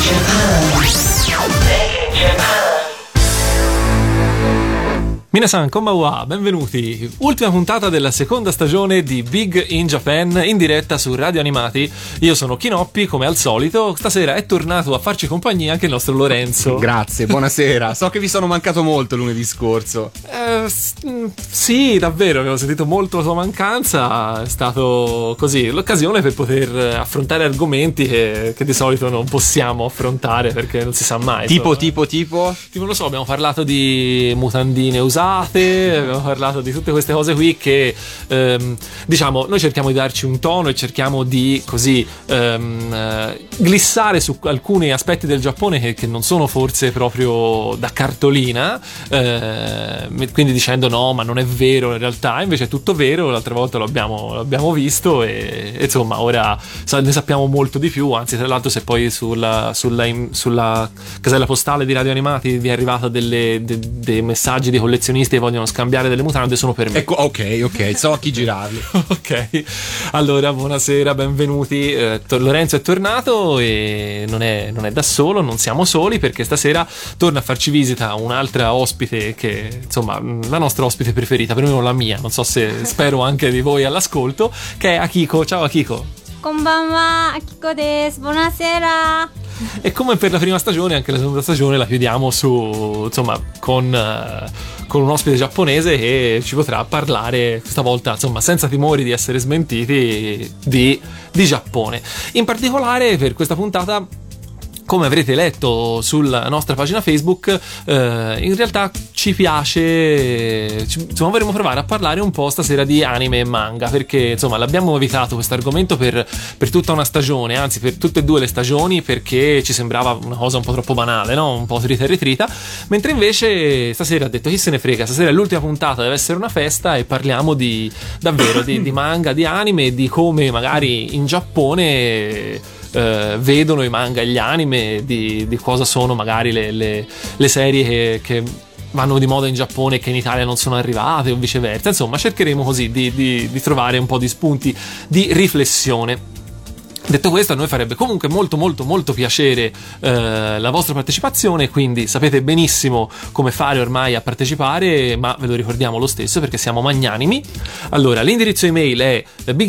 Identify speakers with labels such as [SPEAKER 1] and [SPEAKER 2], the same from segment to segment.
[SPEAKER 1] Minasan, konbanwa, benvenuti. Ultima puntata della seconda stagione di Big in Japan in diretta su Radio Animati. Io sono Kinoppi, come al solito. Stasera è tornato a farci compagnia anche il nostro Lorenzo.
[SPEAKER 2] Grazie, buonasera. So che vi sono mancato molto lunedì scorso.
[SPEAKER 1] Sì, davvero, abbiamo sentito molto la sua mancanza. È stato così l'occasione per poter affrontare argomenti che di solito non possiamo affrontare perché non si sa mai.
[SPEAKER 2] Tipo,
[SPEAKER 1] non lo so, abbiamo parlato di mutandine usate, abbiamo parlato di tutte queste cose qui che diciamo noi cerchiamo di darci un tono e cerchiamo di così glissare su alcuni aspetti del Giappone che non sono forse proprio da cartolina, quindi dicendo no, ma non è vero in realtà, invece è tutto vero. L'altra volta lo abbiamo visto e insomma ora ne sappiamo molto di più. Anzi, tra l'altro, se poi sulla casella postale di Radio Animati vi è arrivato dei messaggi di collezionisti che vogliono scambiare delle mutande, sono per me.
[SPEAKER 2] Ecco, ok, so a chi girarli.
[SPEAKER 1] Ok, allora buonasera, benvenuti. Lorenzo è tornato e non è da solo, non siamo soli, perché stasera torna a farci visita un'altra ospite che, insomma, la nostra ospite preferita, per me non la mia, non so se spero anche di voi all'ascolto, che è Akiko. Ciao Akiko.
[SPEAKER 3] Konbanwa, Akiko desu. Buonasera.
[SPEAKER 1] E come per la prima stagione, anche la seconda stagione la chiudiamo con un ospite giapponese che ci potrà parlare questa volta, insomma, senza timori di essere smentiti, di Giappone. In particolare per questa puntata, come avrete letto sulla nostra pagina Facebook, in realtà ci piace, vorremmo provare a parlare un po' stasera di anime e manga, perché insomma l'abbiamo evitato questo argomento per tutta una stagione, anzi per tutte e due le stagioni, perché ci sembrava una cosa un po' troppo banale, no? Un po' trita e ritrita, mentre invece stasera ha detto chi se ne frega, stasera è l'ultima puntata, deve essere una festa e parliamo davvero di manga, di anime, di come magari in Giappone vedono i manga e gli anime, di cosa sono magari le serie che vanno di moda in Giappone e che in Italia non sono arrivate o viceversa. Insomma, cercheremo così di trovare un po' di spunti di riflessione. Detto questo, a noi farebbe comunque molto molto molto piacere la vostra partecipazione, quindi sapete benissimo come fare ormai a partecipare, ma ve lo ricordiamo lo stesso perché siamo magnanimi. Allora, l'indirizzo email è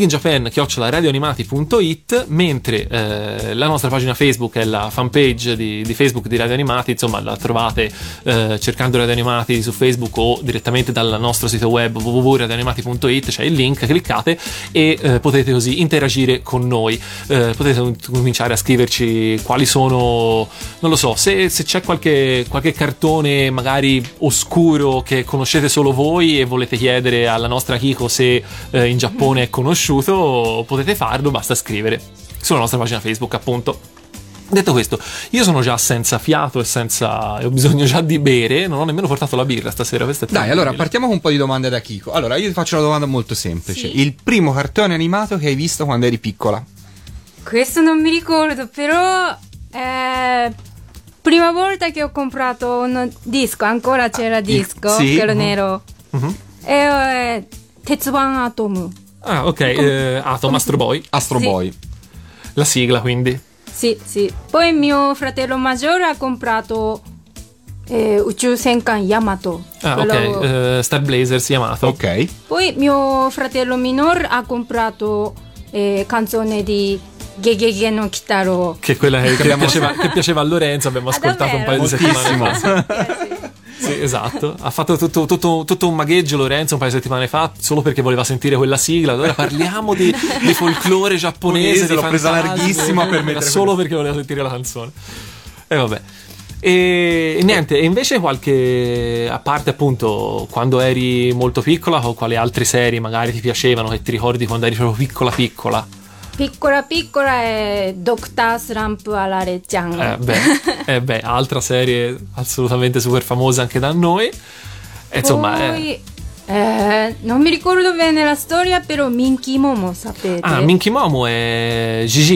[SPEAKER 1] biginjapan@radioanimati.it, mentre la nostra pagina Facebook è la fanpage di Facebook di Radio Animati. Insomma, la trovate cercando Radio Animati su Facebook o direttamente dal nostro sito web www.radioanimati.it, c'è il link, cliccate e potete così interagire con noi. Potete cominciare a scriverci quali sono, non lo so, se c'è qualche cartone magari oscuro che conoscete solo voi e volete chiedere alla nostra Kiko se in Giappone è conosciuto, potete farlo, basta scrivere sulla nostra pagina Facebook, appunto. Detto questo, io sono già senza fiato e ho bisogno già di bere, non ho nemmeno portato la birra stasera.
[SPEAKER 2] Dai, allora partiamo con un po' di domande da Kiko. Allora, io ti faccio una domanda molto semplice. Sì. Il primo cartone animato che hai visto quando eri piccola?
[SPEAKER 3] Questo non mi ricordo, però prima volta che ho comprato un disco, ancora c'era disco,
[SPEAKER 2] sì.
[SPEAKER 3] quello nero, e Tetsuban Atom.
[SPEAKER 1] Ah, ok, Atom, Astro Boy.
[SPEAKER 2] Astro Boy.
[SPEAKER 1] La sigla, quindi.
[SPEAKER 3] Sì. Poi mio fratello maggiore ha comprato Uchu Senkan Yamato.
[SPEAKER 1] Ah, ok, Star Blazers Yamato.
[SPEAKER 2] Ok.
[SPEAKER 3] Poi mio fratello minore ha comprato canzone di Gegege no Kitaro,
[SPEAKER 1] che è quella che piaceva a Lorenzo, abbiamo ascoltato un paio di settimane fa. Sì, esatto. Ha fatto tutto un magheggio Lorenzo un paio di settimane fa solo perché voleva sentire quella sigla. Allora parliamo di folklore giapponese,
[SPEAKER 2] l'ho presa larghissima per mettere
[SPEAKER 1] solo perché voleva sentire la canzone. E vabbè. E niente, e invece a parte appunto quando eri molto piccola, o quali altre serie magari ti piacevano che ti ricordi quando eri proprio piccola?
[SPEAKER 3] Piccola è Dr. Slump Arare-chan.
[SPEAKER 1] Altra serie assolutamente super famosa anche da noi. Insomma,
[SPEAKER 3] poi, non mi ricordo bene la storia, però Minky Momo, sapete?
[SPEAKER 1] Ah, Minky Momo è Gigi.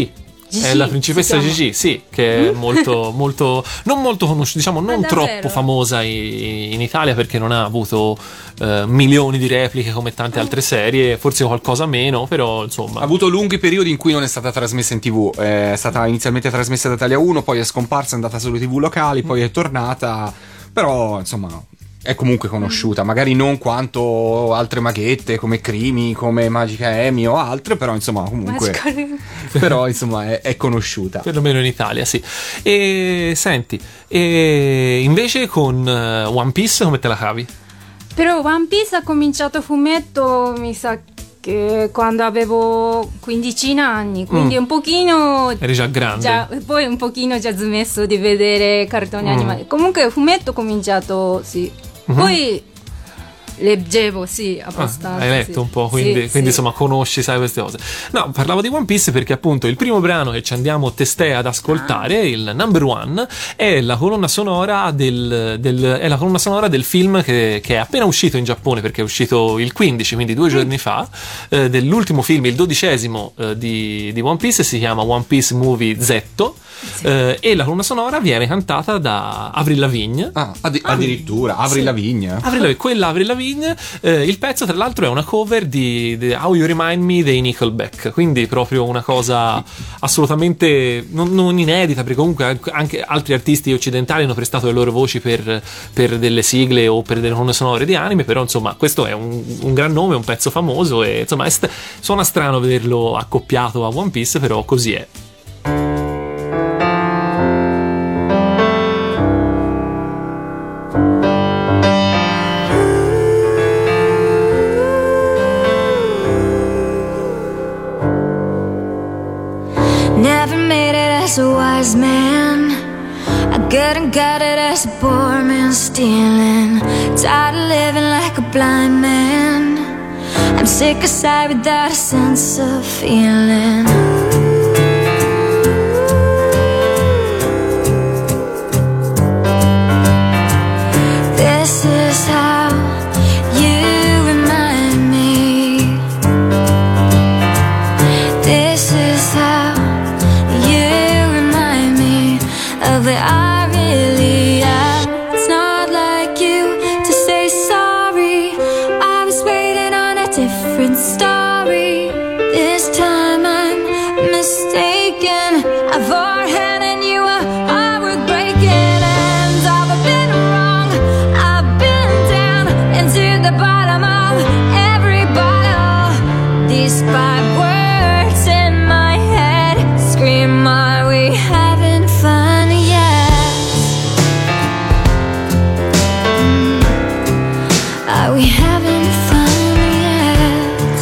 [SPEAKER 1] È la principessa Gigi, sì, che è molto, molto, non molto conosciuta, diciamo non troppo famosa in Italia, perché non ha avuto milioni di repliche come tante altre serie, forse qualcosa meno, però insomma.
[SPEAKER 2] Ha avuto lunghi periodi in cui non è stata trasmessa in TV, è stata inizialmente trasmessa da Italia 1, poi è scomparsa, è andata solo TV locali, poi è tornata, però insomma è comunque conosciuta, magari non quanto altre maghette come Crimi, come Magica Amy o altre, però insomma comunque però insomma è conosciuta,
[SPEAKER 1] perlomeno in Italia, sì. E senti, e invece con One Piece come te la cavi?
[SPEAKER 3] Però One Piece ha cominciato fumetto, mi sa che quando avevo 15 anni, quindi un pochino
[SPEAKER 1] eri già grande,
[SPEAKER 3] poi un pochino già smesso di vedere cartoni animati. Comunque fumetto ho cominciato, sì. Poi leggevo, sì, abbastanza.
[SPEAKER 1] Hai letto un po', quindi insomma conosci, sai queste cose. No, parlavo di One Piece perché appunto il primo brano che ci andiamo testé ad ascoltare, il number one, è la colonna sonora è la colonna sonora del film che è appena uscito in Giappone, perché è uscito il 15, quindi 2 giorni fa, dell'ultimo film, il 12° di One Piece, si chiama One Piece Movie Z. E la colonna sonora viene cantata da Avril Lavigne.
[SPEAKER 2] Addirittura Avril Lavigne.
[SPEAKER 1] Quella Avril Lavigne. Il pezzo tra l'altro è una cover di How You Remind Me dei Nickelback, quindi proprio una cosa assolutamente non inedita, perché comunque anche altri artisti occidentali hanno prestato le loro voci per delle sigle o per delle colonne sonore di anime, però insomma questo è un gran nome, un pezzo famoso, e insomma suona strano vederlo accoppiato a One Piece, però così è.
[SPEAKER 4] Never made it as a wise man, I couldn't cut it as a poor man stealing. Tired of living like a blind man, I'm sick aside without a sense of feeling. This is how you remind me. This is how that I really am. It's not like you to say sorry. I was waiting on a different story. This time I'm mistaken. I've overheard and you I would break it. And I've been wrong, I've been down into the bottom of every bottle. These 5 words in my head scream, are we having fun? Are we having fun yet?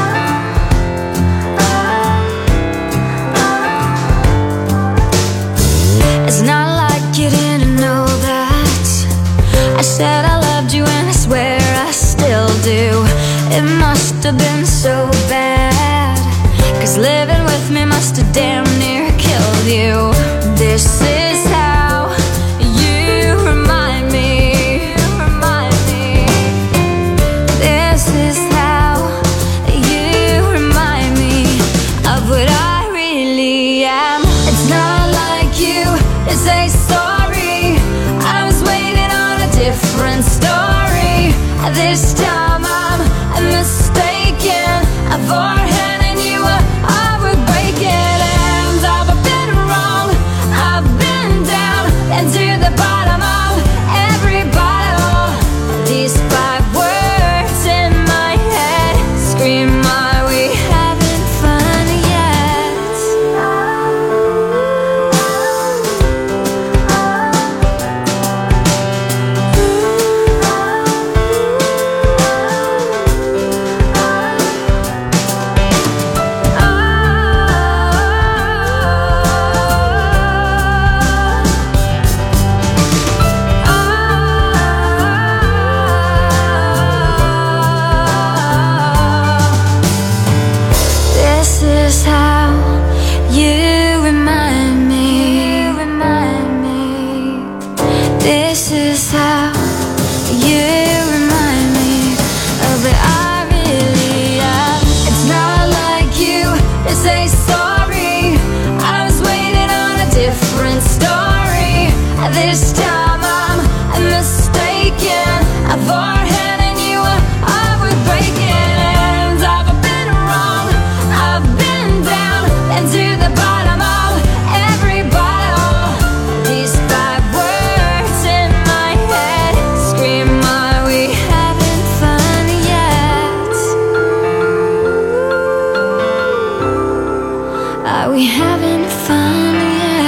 [SPEAKER 4] It's not like you didn't know that I said I loved you and I swear I still do. It must have been so bad, 'cause living with me must have damn near killed you. This is how you remind me. This is how you remind me of what I really am. It's not like you to say sorry. I was waiting on a different story. This time I'm mistaken. I've overheard and you I would break it. And I've been wrong, I've been down into the bottom of every bottle. These 5 words in my head scream, are we having fun yet? been fun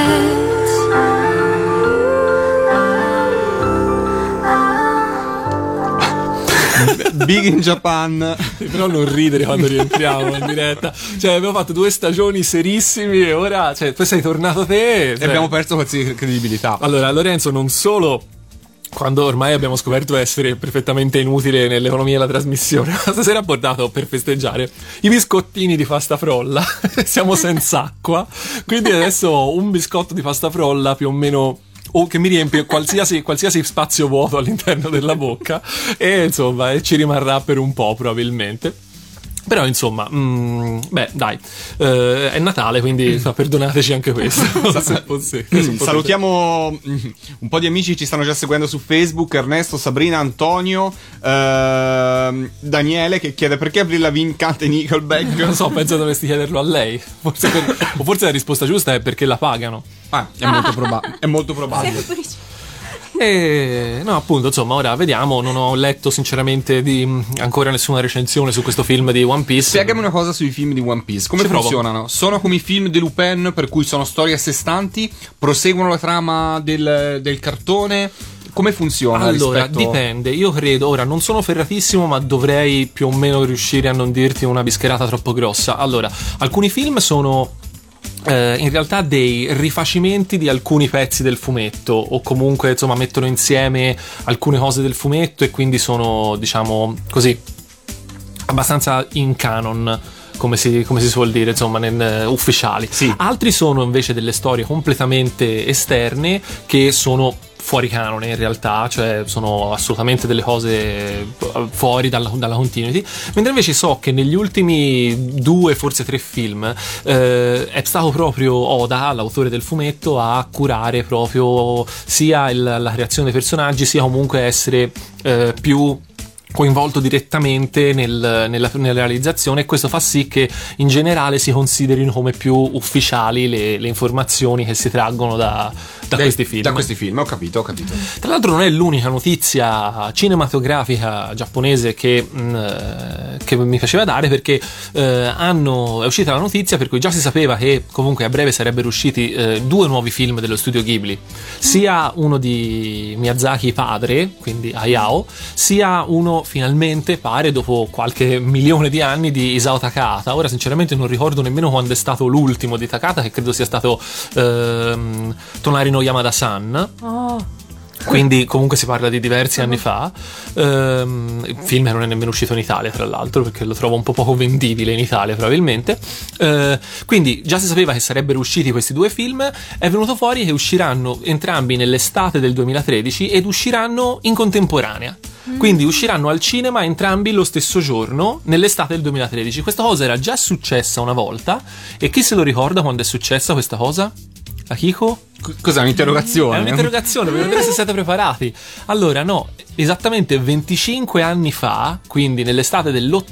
[SPEAKER 4] yet.
[SPEAKER 2] Big in Japan.
[SPEAKER 1] Però non ridere quando rientriamo in diretta. Cioè, abbiamo fatto 2 stagioni serissimi e ora, cioè, poi sei tornato te.
[SPEAKER 2] E
[SPEAKER 1] Cioè.
[SPEAKER 2] abbiamo perso qualsiasi credibilità.
[SPEAKER 1] Allora, Lorenzo, non solo quando ormai abbiamo scoperto essere perfettamente inutile nell'economia della trasmissione, stasera ha portato per festeggiare i biscottini di pasta frolla. Siamo senza acqua, quindi adesso ho un biscotto di pasta frolla più o meno, o che mi riempie qualsiasi spazio vuoto all'interno della bocca, e insomma ci rimarrà per un po' probabilmente. Però insomma, beh dai, è Natale, quindi perdonateci anche questo.
[SPEAKER 2] Salutiamo un po' di amici che ci stanno già seguendo su Facebook: Ernesto, Sabrina, Antonio, Daniele che chiede perché Avril Lavigne canta in Nickelback.
[SPEAKER 1] Non so, penso dovresti chiederlo a lei. O forse la risposta giusta è perché la pagano.
[SPEAKER 2] È molto probabile.
[SPEAKER 1] No, appunto, insomma, ora vediamo. Non ho letto sinceramente ancora nessuna recensione su questo film di One Piece.
[SPEAKER 2] Spiegami una cosa sui film di One Piece. Come funzionano? Sono come i film di Lupin, per cui sono storie a sé stanti? Proseguono la trama del cartone? Come funziona?
[SPEAKER 1] Allora, dipende. Io credo, ora non sono ferratissimo, ma dovrei più o meno riuscire a non dirti una bischerata troppo grossa. Allora, alcuni film sono in realtà dei rifacimenti di alcuni pezzi del fumetto, o comunque insomma mettono insieme alcune cose del fumetto e quindi sono, diciamo così, abbastanza in canon, come si suol dire, insomma, ufficiali.
[SPEAKER 2] Sì.
[SPEAKER 1] Altri sono invece delle storie completamente esterne che sono fuori canone in realtà, cioè sono assolutamente delle cose fuori dalla continuity, mentre invece so che negli ultimi 2, forse 3 film è stato proprio Oda, l'autore del fumetto, a curare proprio sia la creazione dei personaggi, sia comunque essere più coinvolto direttamente nella realizzazione, e questo fa sì che in generale si considerino come più ufficiali le informazioni che si traggono da questi film.
[SPEAKER 2] Da questi film, ho capito.
[SPEAKER 1] Tra l'altro non è l'unica notizia cinematografica giapponese che mi faceva dare, perché è uscita la notizia per cui già si sapeva che comunque a breve sarebbero usciti 2 nuovi film dello studio Ghibli, sia uno di Miyazaki padre, quindi Hayao, sia uno finalmente, pare, dopo qualche milione di anni, di Isao Takahata. Ora sinceramente non ricordo nemmeno quando è stato l'ultimo di Takahata, che credo sia stato Tonari no Yamada-san. Quindi comunque si parla di diversi anni fa. Il film non è nemmeno uscito in Italia, tra l'altro, perché lo trovo un po' poco vendibile in Italia probabilmente. Quindi già si sapeva che sarebbero usciti questi 2 film. È venuto fuori che usciranno entrambi nell'estate del 2013 ed usciranno in contemporanea. Quindi usciranno al cinema entrambi lo stesso giorno nell'estate del 2013. Questa cosa era già successa una volta, e chi se lo ricorda quando è successa questa cosa? Akiko?
[SPEAKER 2] Cos'è, un'interrogazione?
[SPEAKER 1] È un'interrogazione per vedere se siete preparati. Allora, no, esattamente 25 anni fa, quindi nell'estate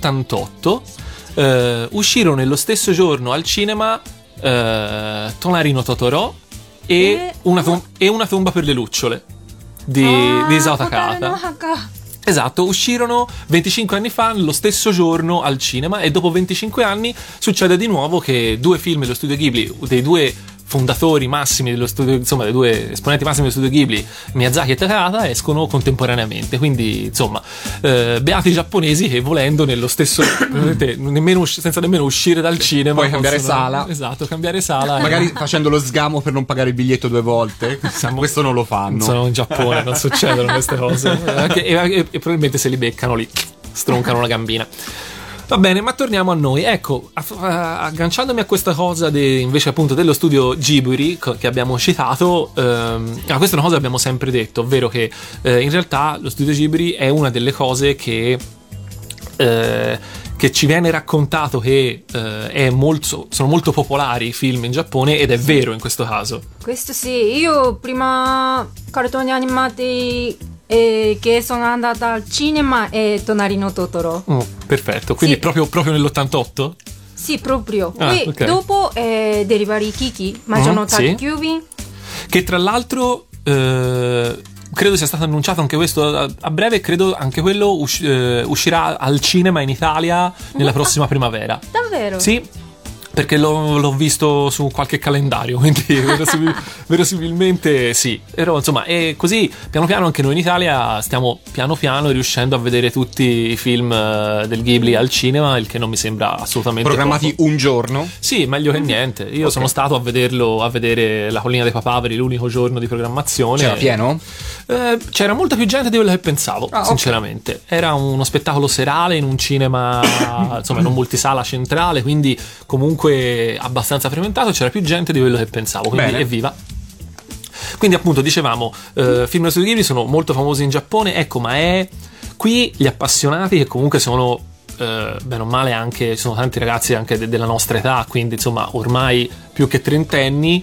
[SPEAKER 1] dell'88, uscirono nello stesso giorno al cinema Tonari no Totoro e una tomba per le lucciole di Isao Takahata. Esatto, uscirono 25 anni fa, lo stesso giorno al cinema, e dopo 25 anni succede di nuovo che 2 film dello studio Ghibli, dei 2 fondatori massimi dello studio, insomma dei 2 esponenti massimi dello studio Ghibli, Miyazaki e Takahata, escono contemporaneamente. Quindi insomma, beati i giapponesi che, volendo nello stesso senza nemmeno uscire dal cinema,
[SPEAKER 2] puoi cambiare sala.
[SPEAKER 1] Esatto, cambiare sala,
[SPEAKER 2] magari facendo lo sgamo per non pagare il biglietto 2 volte. Questo non lo fanno.
[SPEAKER 1] Sono in Giappone, non succedono queste cose. E probabilmente se li beccano lì stroncano la gambina. Va bene, ma torniamo a noi. Ecco, agganciandomi a questa cosa invece appunto dello studio Ghibli che abbiamo citato, questa è una cosa che abbiamo sempre detto, ovvero che in realtà lo studio Ghibli è una delle cose che ci viene raccontato che sono molto popolari i film in Giappone, ed è vero in questo caso.
[SPEAKER 3] Questo sì, io prima cartoni animati che sono andata al cinema è Tonari no Totoro.
[SPEAKER 1] Perfetto, quindi
[SPEAKER 3] sì.
[SPEAKER 1] proprio nell'88?
[SPEAKER 3] Sì, proprio. Poi
[SPEAKER 1] okay.
[SPEAKER 3] dopo Delivery Kiki, Majo Takyubi,
[SPEAKER 1] che tra l'altro credo sia stato annunciato anche questo a breve. Credo anche quello uscirà al cinema in Italia nella prossima primavera.
[SPEAKER 3] Davvero?
[SPEAKER 1] Sì, Perché l'ho visto su qualche calendario, quindi verosimilmente sì. Però insomma, e così piano piano anche noi in Italia stiamo piano piano riuscendo a vedere tutti i film del Ghibli al cinema, il che non mi sembra assolutamente
[SPEAKER 2] Programmati
[SPEAKER 1] poco.
[SPEAKER 2] un giorno?
[SPEAKER 1] Sì, meglio che niente. Io sono stato a vedere La collina dei papaveri l'unico giorno di programmazione.
[SPEAKER 2] C'era pieno?
[SPEAKER 1] C'era molta più gente di quello che pensavo, sinceramente. Era uno spettacolo serale in un cinema, insomma, in un multisala centrale, quindi comunque abbastanza frequentato, c'era più gente di quello che pensavo, quindi
[SPEAKER 2] Bene.
[SPEAKER 1] evviva. Quindi appunto dicevamo, film dello studio Ghibli sono molto famosi in Giappone, ecco, ma è qui gli appassionati che comunque sono bene o male anche, sono tanti ragazzi anche della nostra età, quindi insomma ormai più che trentenni,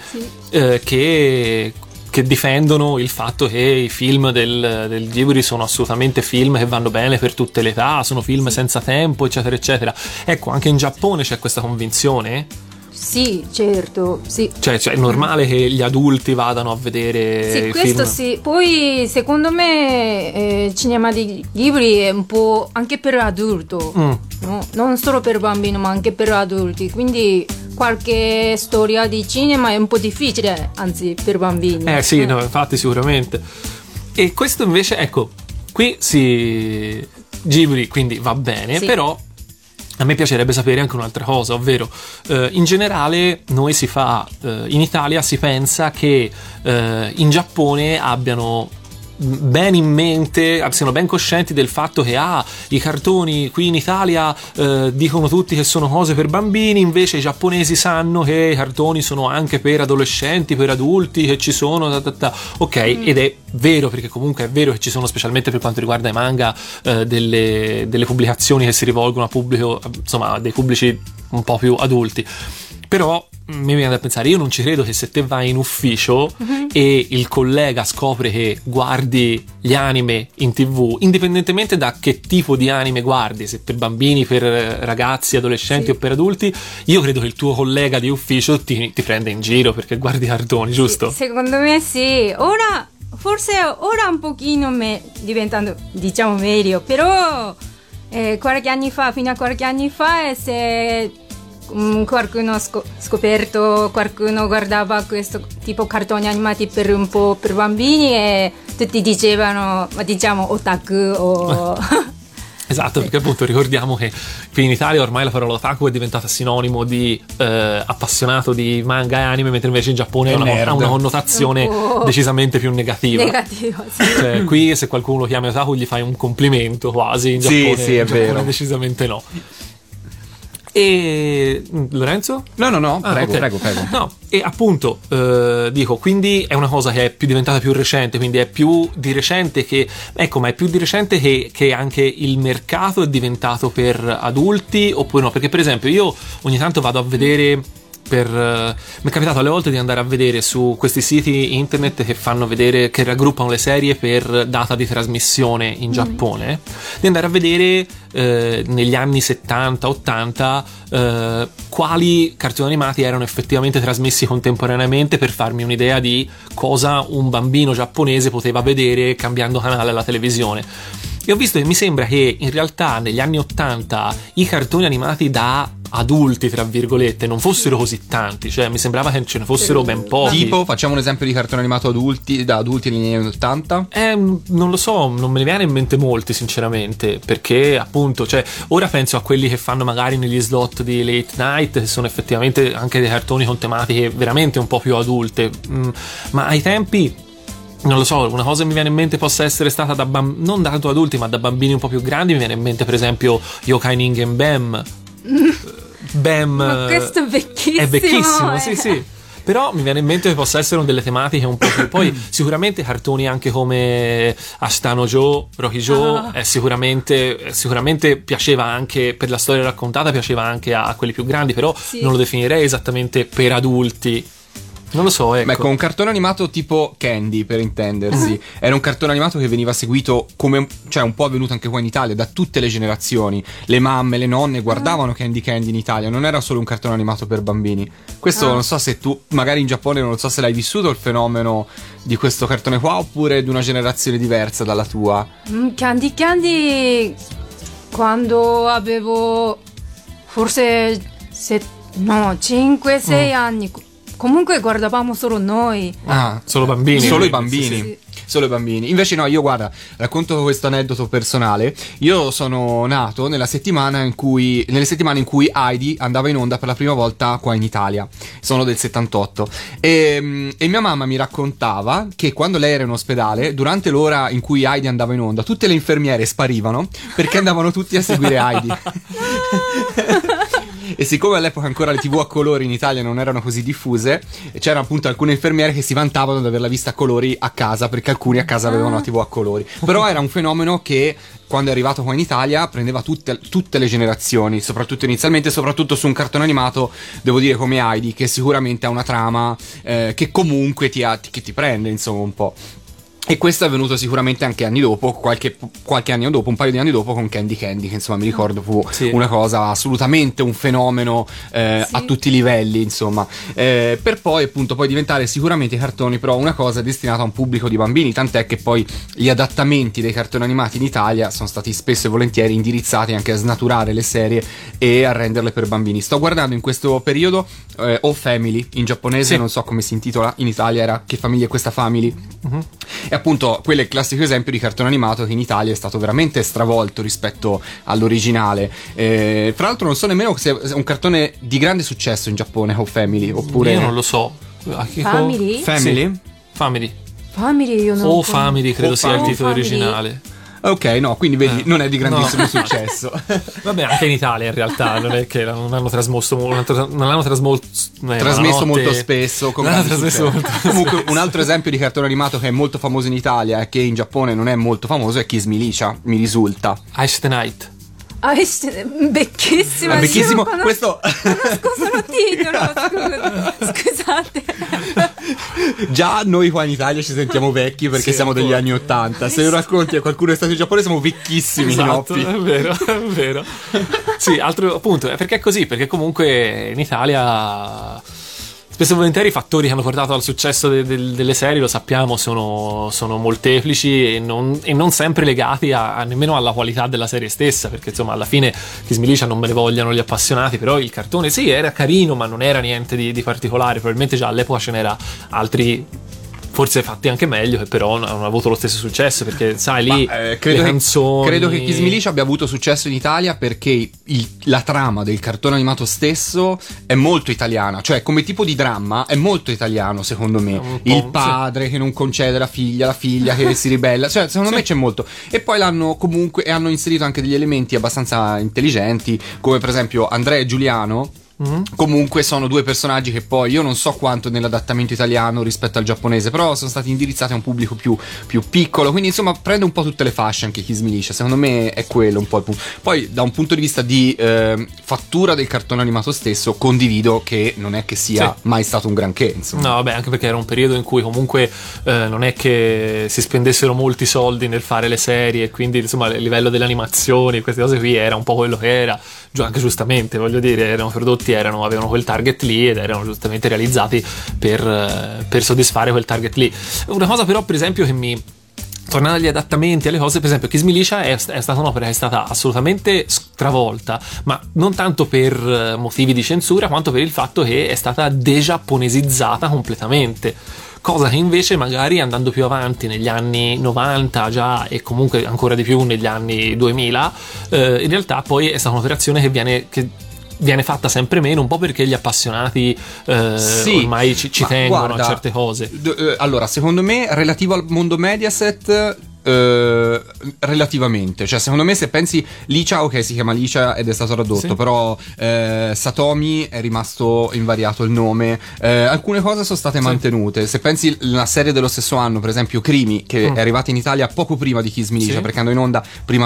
[SPEAKER 1] che difendono il fatto che i film del Ghibli sono assolutamente film che vanno bene per tutte le età, sono film senza tempo, eccetera eccetera. Ecco, anche in Giappone c'è questa convinzione?
[SPEAKER 3] Sì, certo, sì.
[SPEAKER 1] Cioè è normale che gli adulti vadano a vedere
[SPEAKER 3] Sì,
[SPEAKER 1] i
[SPEAKER 3] questo
[SPEAKER 1] film?
[SPEAKER 3] sì. Poi secondo me il cinema di Ghibli è un po' anche per adulto, no? Non solo per bambini ma anche per adulti, quindi qualche storia di cinema è un po' difficile, anzi per bambini.
[SPEAKER 1] Sì, no, infatti sicuramente. E questo invece, ecco, qui Ghibli quindi va bene,
[SPEAKER 3] Sì.
[SPEAKER 1] però a me piacerebbe sapere anche un'altra cosa, ovvero in generale noi in Italia si pensa che in Giappone abbiano ben in mente, siano ben coscienti del fatto che i cartoni qui in Italia dicono tutti che sono cose per bambini, invece i giapponesi sanno che i cartoni sono anche per adolescenti, per adulti, che ci sono ok, ed è vero, perché comunque è vero che ci sono, specialmente per quanto riguarda i manga, delle pubblicazioni che si rivolgono a pubblico, insomma dei pubblici un po' più adulti. Però mi viene da pensare, io non ci credo che se te vai in ufficio e il collega scopre che guardi gli anime in TV, indipendentemente da che tipo di anime guardi, se per bambini, per ragazzi, adolescenti o per adulti, io credo che il tuo collega di ufficio ti prenda in giro perché guardi cartoni, giusto?
[SPEAKER 3] Secondo me sì. Forse ora un pochino diventando, diciamo, meglio, però qualche anni fa, fino a qualche anni fa, se qualcuno scoperto, qualcuno guardava questo tipo cartoni animati per un po' per bambini e tutti dicevano, diciamo, otaku o
[SPEAKER 1] Esatto, perché appunto ricordiamo che qui in Italia ormai la parola otaku è diventata sinonimo di appassionato di manga e anime, mentre invece in Giappone ha una connotazione decisamente più negativa.
[SPEAKER 3] Negativo, sì.
[SPEAKER 1] Cioè, qui se qualcuno lo chiama otaku gli fai un complimento quasi, in Giappone,
[SPEAKER 2] sì, è
[SPEAKER 1] in Giappone
[SPEAKER 2] vero.
[SPEAKER 1] decisamente no. E Lorenzo?
[SPEAKER 2] No,
[SPEAKER 1] Ok.
[SPEAKER 2] prego.
[SPEAKER 1] No, e appunto dico, quindi è una cosa che è diventata più recente, quindi è più di recente che, ecco, ma è più di recente che anche il mercato è diventato per adulti, oppure no? Perché per esempio io ogni tanto vado a vedere mi è capitato alle volte di andare a vedere su questi siti internet che fanno vedere, che raggruppano le serie per data di trasmissione in Giappone, di andare a vedere negli anni 70-80 quali cartoni animati erano effettivamente trasmessi contemporaneamente, per farmi un'idea di cosa un bambino giapponese poteva vedere cambiando canale alla televisione. E ho visto che mi sembra che in realtà negli anni 80 i cartoni animati da adulti, tra virgolette, non fossero così tanti, cioè mi sembrava che ce ne fossero ben pochi.
[SPEAKER 2] Tipo, facciamo un esempio di cartone animato da adulti negli anni 80?
[SPEAKER 1] Non lo so, non me ne viene in mente molti sinceramente, perché appunto, cioè, ora penso a quelli che fanno magari negli slot di late night, che sono effettivamente anche dei cartoni con tematiche veramente un po' più adulte, ma ai tempi non lo so, una cosa che mi viene in mente possa essere stata non da tanto adulti ma da bambini un po' più grandi. Mi viene in mente per esempio Yokai Ningen Bam.
[SPEAKER 3] Ma questo è vecchissimo.
[SPEAKER 1] È vecchissimo, sì. Però mi viene in mente che possa essere delle tematiche un po' più. Poi sicuramente cartoni anche come Ashitano Joe, Rocky Joe, sicuramente piaceva anche per la storia raccontata, piaceva anche a quelli più grandi, però non lo definirei esattamente per adulti. Non lo so, ecco.
[SPEAKER 2] Ma con un cartone animato tipo Candy, per intendersi, era un cartone animato che veniva seguito, come, cioè un po' avvenuto anche qua in Italia, da tutte le generazioni. Le mamme, le nonne guardavano Candy in Italia, non era solo un cartone animato per bambini. Questo non so se tu, magari in Giappone, non so se l'hai vissuto il fenomeno di questo cartone qua, oppure di una generazione diversa dalla tua.
[SPEAKER 3] Candy, quando avevo forse No, 5-6 anni. Comunque guardavamo solo noi.
[SPEAKER 1] Solo bambini.
[SPEAKER 2] Solo i
[SPEAKER 1] quindi,
[SPEAKER 2] bambini.
[SPEAKER 1] sì, sì.
[SPEAKER 2] Solo i bambini. Invece no, io guarda, racconto questo aneddoto personale. Io sono nato nelle settimane in cui Heidi andava in onda per la prima volta qua in Italia. Sono del 78. E mia mamma mi raccontava che quando lei era in ospedale, durante l'ora in cui Heidi andava in onda, tutte le infermiere sparivano perché andavano tutti a seguire Heidi. E siccome all'epoca ancora le TV a colori in Italia non erano così diffuse, c'erano appunto alcune infermiere che si vantavano di averla vista a colori a casa, perché alcuni a casa avevano la TV a colori. Però era un fenomeno che quando è arrivato qua in Italia prendeva tutte le generazioni, soprattutto inizialmente, soprattutto su un cartone animato, devo dire, come Heidi, che sicuramente ha una trama che comunque che ti prende, insomma, un po'. E questo è avvenuto sicuramente anche anni dopo, qualche anno dopo, un paio di anni dopo, con Candy Candy, che insomma mi ricordo fu una cosa assolutamente un fenomeno a tutti i livelli, insomma, per poi appunto diventare sicuramente i cartoni però una cosa destinata a un pubblico di bambini, tant'è che poi gli adattamenti dei cartoni animati in Italia sono stati spesso e volentieri indirizzati anche a snaturare le serie e a renderle per bambini. Sto guardando in questo periodo O Family in giapponese, non so come si intitola, in Italia era Che famiglia è questa family? E appunto quello è il classico esempio di cartone animato che in Italia è stato veramente stravolto rispetto all'originale. Tra l'altro non so nemmeno se è un cartone di grande successo in Giappone, O Family, oppure...
[SPEAKER 1] Io non lo so.
[SPEAKER 3] Family?
[SPEAKER 2] Family?
[SPEAKER 1] Sì. Family.
[SPEAKER 3] Family io non
[SPEAKER 1] O Family credo sia il titolo
[SPEAKER 3] Family.
[SPEAKER 1] originale.
[SPEAKER 2] Ok, no, quindi vedi, non è di grandissimo successo.
[SPEAKER 1] Vabbè, anche in Italia in realtà non è che non hanno trasmesso
[SPEAKER 2] molto spesso con grande successo. Comunque un altro esempio di cartone animato che è molto famoso in Italia e che in Giappone non è molto famoso è Kiss Milicia, mi risulta.
[SPEAKER 1] Ice the Night.
[SPEAKER 3] Bellissima.
[SPEAKER 2] È bellissimo.
[SPEAKER 3] Sì,
[SPEAKER 2] Questo
[SPEAKER 3] scusa il titolo, scusate.
[SPEAKER 2] già noi qua in Italia ci sentiamo vecchi perché siamo degli anni 80. Se lo racconti a qualcuno che è stato in Giappone siamo vecchissimi.
[SPEAKER 1] Esatto, è vero. Sì, altro appunto, perché è così, perché comunque in Italia spesso e volentieri i fattori che hanno portato al successo delle serie, lo sappiamo, sono molteplici e non sempre legati nemmeno alla qualità della serie stessa, perché insomma alla fine Kiss Milicia non me ne vogliano gli appassionati, però il cartone sì era carino ma non era niente di particolare, probabilmente già all'epoca ce n'era altri forse fatti anche meglio, che però non hanno avuto lo stesso successo, perché sai lì le canzoni...
[SPEAKER 2] Credo che Kiss Milicia abbia avuto successo in Italia perché la trama del cartone animato stesso è molto italiana, cioè come tipo di dramma è molto italiano secondo me. Il padre che non concede la figlia che si ribella, cioè secondo me c'è molto. E poi l'hanno comunque hanno inserito anche degli elementi abbastanza intelligenti, come per esempio Andrea e Giuliano. Comunque sono due personaggi che poi io non so quanto nell'adattamento italiano rispetto al giapponese, però sono stati indirizzati a un pubblico più piccolo, quindi insomma prende un po' tutte le fasce anche Kiss Milicia, secondo me è quello un po' il punto. Poi da un punto di vista di fattura del cartone animato stesso condivido che non è che sia mai stato un granché, insomma.
[SPEAKER 1] No vabbè, anche perché era un periodo in cui comunque non è che si spendessero molti soldi nel fare le serie, quindi insomma il livello delle animazioni, queste cose qui era un po' quello che era, anche giustamente voglio dire, erano prodotti, avevano quel target lì ed erano giustamente realizzati per soddisfare quel target lì. Una cosa però per esempio tornando agli adattamenti, alle cose, per esempio Kiss Milicia è stata un'opera che è stata assolutamente stravolta, ma non tanto per motivi di censura quanto per il fatto che è stata degiapponesizzata completamente, cosa che invece magari andando più avanti negli anni 90 già e comunque ancora di più negli anni 2000 in realtà poi è stata un'operazione che viene fatta sempre meno, un po' perché gli appassionati ormai ci tengono, guarda, a certe cose.
[SPEAKER 2] Allora, secondo me, relativo al mondo Mediaset, relativamente, cioè secondo me se pensi Licia, ok, si chiama Licia ed è stato radotto, però Satomi è rimasto invariato il nome, alcune cose sono state mantenute. Se pensi la serie dello stesso anno, per esempio Crimi, che è arrivata in Italia poco prima di Kiss Milicia, perché andò in onda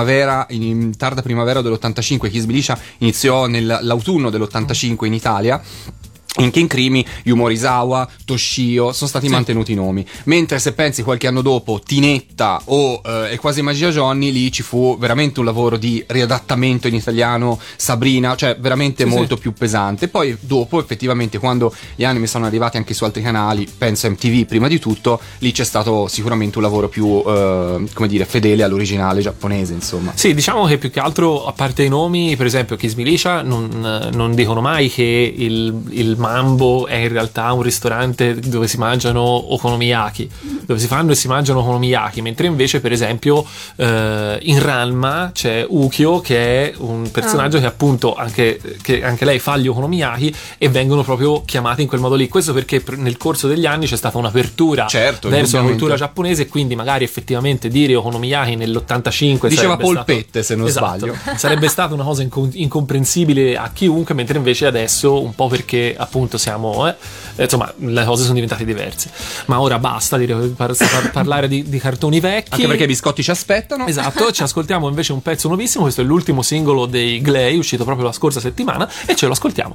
[SPEAKER 2] in tarda primavera dell'85, Kiss Milicia iniziò nell'autunno dell'85 in Italia. In Kenkrimi, Yumorizawa, Toshio sono stati mantenuti i nomi, mentre se pensi qualche anno dopo Tinetta o È quasi magia Johnny, lì ci fu veramente un lavoro di riadattamento in italiano, Sabrina, cioè veramente molto più pesante. Poi dopo effettivamente quando gli anime sono arrivati anche su altri canali, penso MTV prima di tutto, lì c'è stato sicuramente un lavoro più come dire fedele all'originale giapponese, insomma.
[SPEAKER 1] Sì, diciamo che più che altro, a parte i nomi, per esempio Kiss Militia non dicono mai che il Mambo è in realtà un ristorante dove si mangiano okonomiyaki, dove si fanno e si mangiano okonomiyaki, mentre invece per esempio in Ranma c'è Ukyo, che è un personaggio che appunto anche lei fa gli okonomiyaki e vengono proprio chiamati in quel modo lì. Questo perché nel corso degli anni c'è stata un'apertura verso la cultura giapponese, e quindi magari effettivamente dire okonomiyaki nell'85
[SPEAKER 2] diceva polpette, se non sbaglio,
[SPEAKER 1] sarebbe stata una cosa incomprensibile a chiunque, mentre invece adesso, un po' perché appunto siamo insomma, le cose sono diventate diverse. Ma ora basta parlare di cartoni vecchi,
[SPEAKER 2] anche perché i biscotti ci aspettano.
[SPEAKER 1] Esatto. Ci ascoltiamo invece un pezzo nuovissimo. Questo è l'ultimo singolo dei Glay, uscito proprio la scorsa settimana, e ce lo ascoltiamo.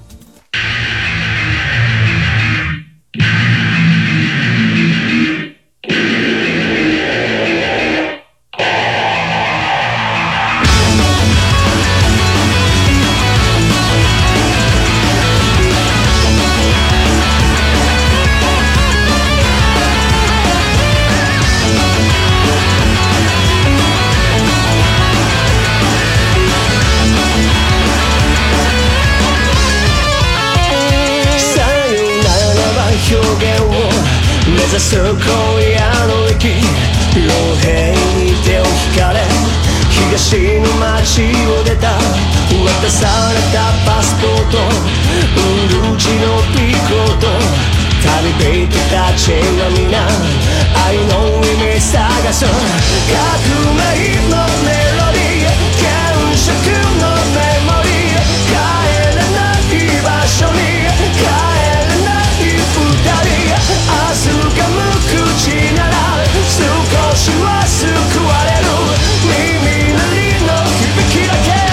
[SPEAKER 5] 指す今夜の駅傭兵に手を引かれ東の街を出た渡されたパスポートウルジのピコート旅人たちは皆愛の意味探す革命のメロディー原色のメモリー帰れない場所に帰れない二人明日が無口なら少しは救われる耳鳴りの響きだけ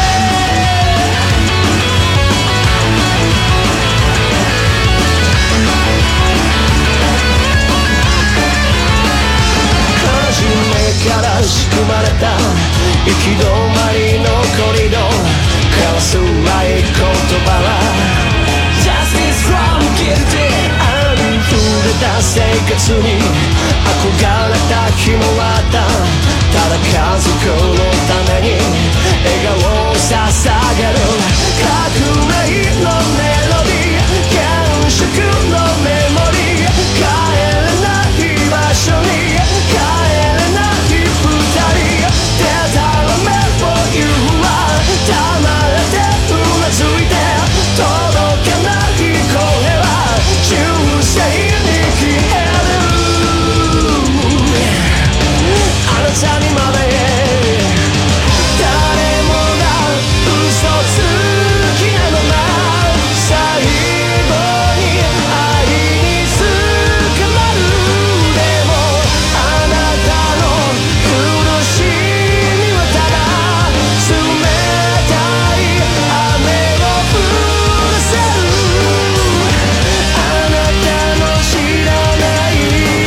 [SPEAKER 5] 初めから仕組まれた行き止まりのコリドー交わす合言葉は Justice from guilty ありふれた生活に憧れた日もあったただ家族のために笑顔を捧げる革命のメロディー原色のメモリー帰れない場所に帰れない二人デタラメを言うわ黙れてうなずいて届かない声は忠誠に消えるあなたにまで誰もが嘘つきなのな最後に愛に捕まるでもあなたの苦しみはただ冷たい雨を降らせるあなたの知らない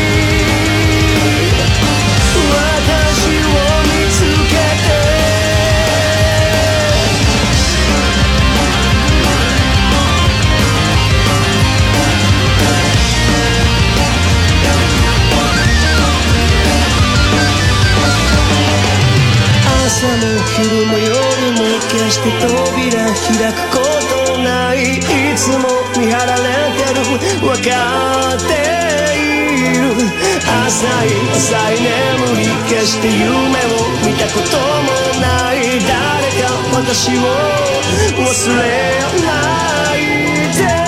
[SPEAKER 5] 私を見つけて朝も昼も夜も決して扉開くことないいつも見張られてる分かっている浅い浅い眠り決して夢を見たこともない誰か私を忘れないで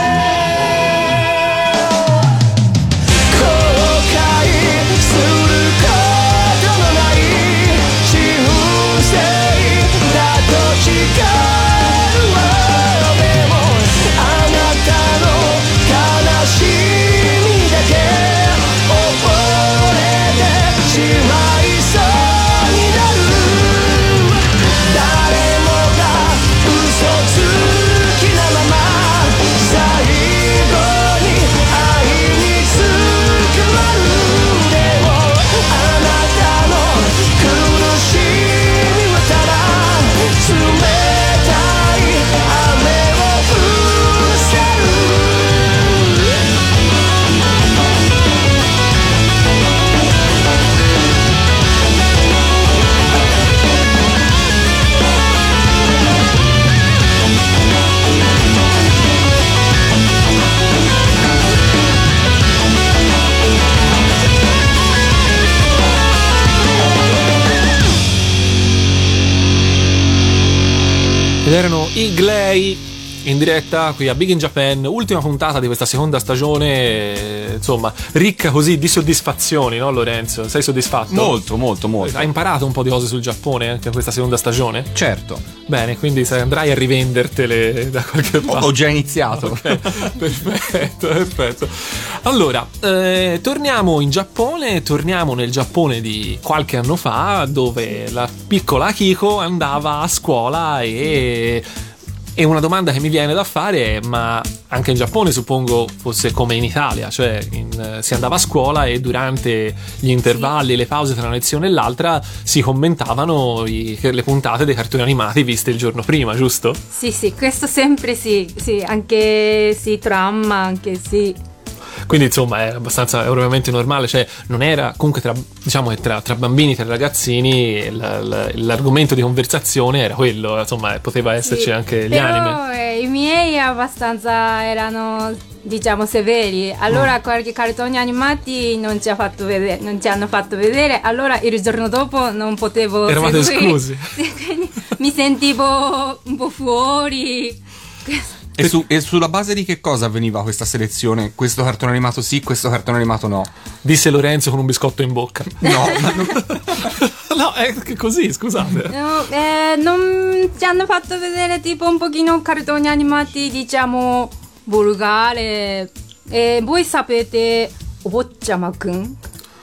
[SPEAKER 5] 後悔することのない自分性だと誓うわでもあなたの悲しみだけ溺れてしまいそうになる誰もが嘘つきなまま
[SPEAKER 1] erano i Glay in diretta qui a Big in Japan, ultima puntata di questa seconda stagione, insomma, ricca così di soddisfazioni, no Lorenzo? Sei soddisfatto?
[SPEAKER 2] Molto, molto, molto.
[SPEAKER 1] Hai imparato un po' di cose sul Giappone anche in questa seconda stagione?
[SPEAKER 2] Certo.
[SPEAKER 1] Bene, quindi andrai a rivendertele da qualche parte.
[SPEAKER 2] Ho già iniziato.
[SPEAKER 1] Okay. Perfetto. Allora, torniamo in Giappone, torniamo nel Giappone di qualche anno fa, dove la piccola Akiko andava a scuola e una domanda che mi viene da fare è: ma anche in Giappone suppongo fosse come in Italia, cioè si andava a scuola e durante gli intervalli, le pause tra una lezione e l'altra si commentavano le puntate dei cartoni animati viste il giorno prima, giusto?
[SPEAKER 3] Sì, questo sempre sì, anche sì, tramma, anche sì.
[SPEAKER 1] Quindi insomma è abbastanza ovviamente normale, cioè non era comunque tra bambini, tra ragazzini l'argomento di conversazione era quello, insomma poteva esserci anche gli anime.
[SPEAKER 3] Però i miei abbastanza erano, diciamo, severi, allora qualche cartone animati non ci hanno fatto vedere, allora il giorno dopo non potevo
[SPEAKER 1] eravate
[SPEAKER 3] seguire.
[SPEAKER 1] Esclusi.
[SPEAKER 3] Quindi mi sentivo un po' fuori.
[SPEAKER 2] E sulla base di che cosa avveniva questa selezione? Questo cartone animato sì, questo cartone animato no?
[SPEAKER 1] Disse Lorenzo con un biscotto in bocca.
[SPEAKER 2] No,
[SPEAKER 1] no, è così, scusate.
[SPEAKER 3] No, non ci hanno fatto vedere tipo un pochino cartoni animati, diciamo, volgare. Voi sapete Obocciama-kun?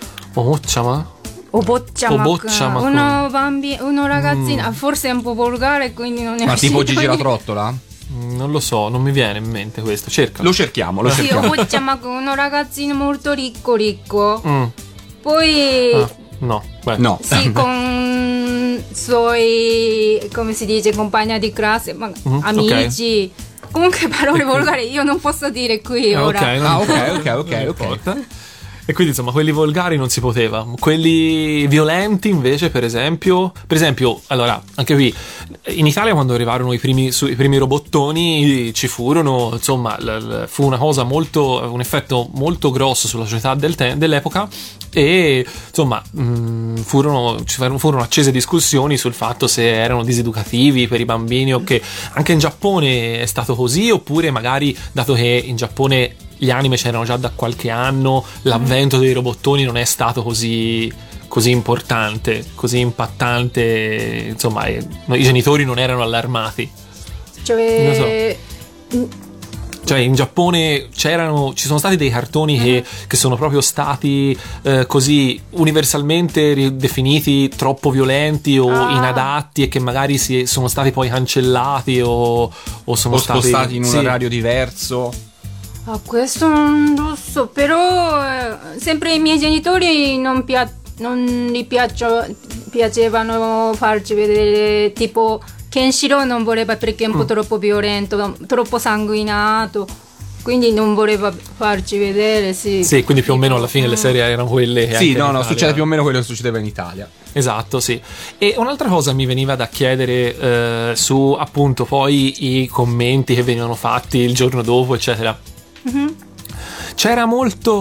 [SPEAKER 1] Obocciama-kun.
[SPEAKER 3] Uno ragazzino, forse è un po' volgare, quindi non è
[SPEAKER 2] ma tipo
[SPEAKER 3] uscito
[SPEAKER 2] Gigi la trottola?
[SPEAKER 1] Non lo so, non mi viene in mente questo. Cercalo.
[SPEAKER 2] Lo cerchiamo.
[SPEAKER 3] Sì, Obocciama-kun, uno ragazzino molto ricco. Poi
[SPEAKER 1] no.
[SPEAKER 3] sì, con suoi, come si dice, compagni di classe, amici. Okay. Comunque parole volgari io non posso dire qui ora.
[SPEAKER 2] Ok.
[SPEAKER 1] E quindi insomma quelli volgari non si poteva. Quelli violenti invece, per esempio, allora anche qui in Italia quando arrivarono i primi robottoni ci furono, insomma fu una cosa un effetto molto grosso sulla società dell'epoca, e insomma furono accese discussioni sul fatto se erano diseducativi per i bambini o che. Anche in Giappone è stato così, oppure magari, dato che in Giappone gli anime c'erano già da qualche anno, l'avvento dei robottoni non è stato così importante, così impattante, insomma i genitori non erano allarmati.
[SPEAKER 3] Cioè
[SPEAKER 1] in Giappone ci sono stati dei cartoni che sono proprio stati così universalmente definiti troppo violenti o inadatti, e che magari sono stati poi cancellati o sono stati
[SPEAKER 2] spostati in un orario diverso.
[SPEAKER 3] Questo non lo so, però sempre i miei genitori non gli piacevano farci vedere, tipo Kenshiro non voleva perché è un po' troppo violento, troppo sanguinato, quindi non voleva farci vedere. Sì,
[SPEAKER 1] quindi più o meno alla fine le serie erano quelle che
[SPEAKER 2] sì, no, succede più o meno quello che succedeva in Italia.
[SPEAKER 1] Esatto, sì. E un'altra cosa mi veniva da chiedere su appunto poi i commenti che venivano fatti il giorno dopo, eccetera. C'era molta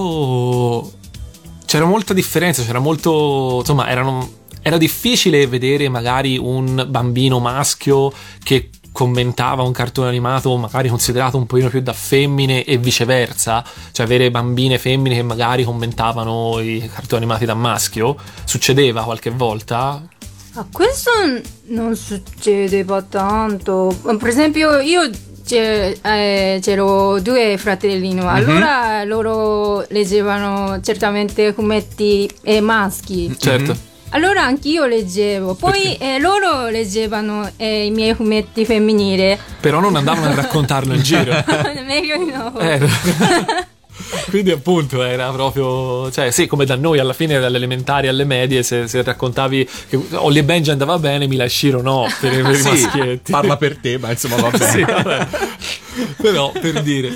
[SPEAKER 1] differenza, c'era molto, insomma, era difficile vedere magari un bambino maschio che commentava un cartone animato magari considerato un pochino più da femmine e viceversa, cioè avere bambine femmine che magari commentavano i cartoni animati da maschio. Succedeva qualche volta?
[SPEAKER 3] Questo non succedeva tanto. Per esempio io c'ero due fratelli, allora loro leggevano certamente fumetti maschi.
[SPEAKER 1] Certo.
[SPEAKER 3] Allora anch'io leggevo, poi loro leggevano i miei fumetti femminili.
[SPEAKER 1] Però non andavano a raccontarlo in giro.
[SPEAKER 3] Meglio di no.
[SPEAKER 1] Quindi appunto era proprio, cioè sì, come da noi alla fine dalle elementari alle medie, se raccontavi che Holly e Benji andava bene, Mila e Shiro no, per i maschietti.
[SPEAKER 2] Parla per te, ma insomma va bene.
[SPEAKER 1] Sì, vabbè. Però per dire,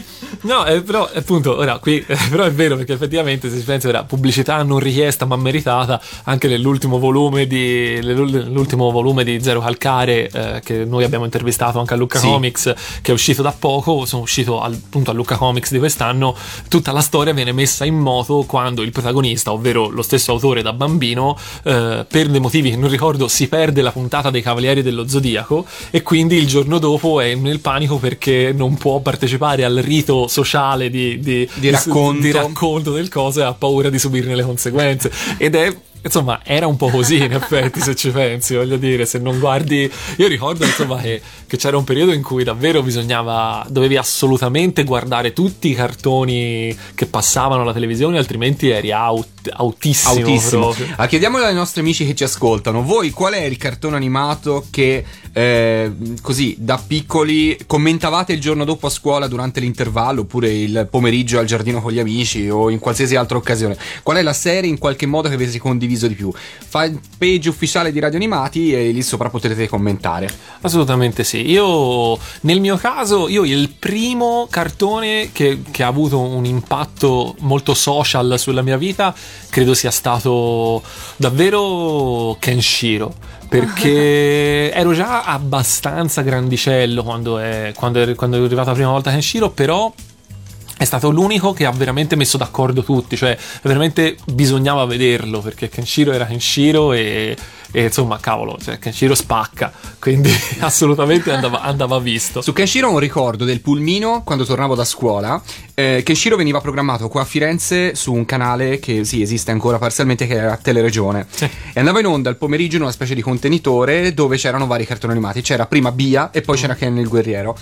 [SPEAKER 1] No, però appunto ora qui però è vero, perché effettivamente se si pensa, ora pubblicità non richiesta ma meritata, anche nell'ultimo volume di Zero Calcare, che noi abbiamo intervistato anche a Lucca Comics, che è uscito da poco, sono uscito appunto a Lucca Comics di quest'anno. Tutta la storia viene messa in moto quando il protagonista, ovvero lo stesso autore da bambino, per dei motivi che non ricordo, si perde la puntata dei Cavalieri dello Zodiaco e quindi il giorno dopo è nel panico perché non può partecipare al rito sociale di racconto del coso e ha paura di subirne le conseguenze. Ed è, insomma, era un po' così in effetti, se ci pensi, voglio dire, se non guardi, io ricordo insomma che c'era un periodo in cui davvero dovevi assolutamente guardare tutti i cartoni che passavano alla televisione, altrimenti eri autissimo.
[SPEAKER 2] Chiediamolo ai nostri amici che ci ascoltano, voi qual è il cartone animato che così da piccoli commentavate il giorno dopo a scuola durante l'intervallo, oppure il pomeriggio al giardino con gli amici o in qualsiasi altra occasione? Qual è la serie in qualche modo che avete condiviso di più? Fan page ufficiale di Radio Animati e lì sopra potrete commentare.
[SPEAKER 1] Assolutamente sì. Io nel mio caso, il primo cartone che ha avuto un impatto molto social sulla mia vita credo sia stato davvero Kenshiro, perché ero già abbastanza grandicello quando è arrivata la prima volta Kenshiro, però è stato l'unico che ha veramente messo d'accordo tutti, cioè veramente bisognava vederlo, perché Kenshiro era Kenshiro e insomma, cavolo, cioè Kenshiro spacca, quindi assolutamente andava visto.
[SPEAKER 2] Su Kenshiro ho un ricordo del pulmino quando tornavo da scuola. Kenshiro veniva programmato qua a Firenze su un canale che sì, esiste ancora parzialmente, che era Teleregione, sì. E andava in onda al pomeriggio in una specie di contenitore dove c'erano vari cartoni animati. C'era prima Bia e poi c'era Ken il guerriero.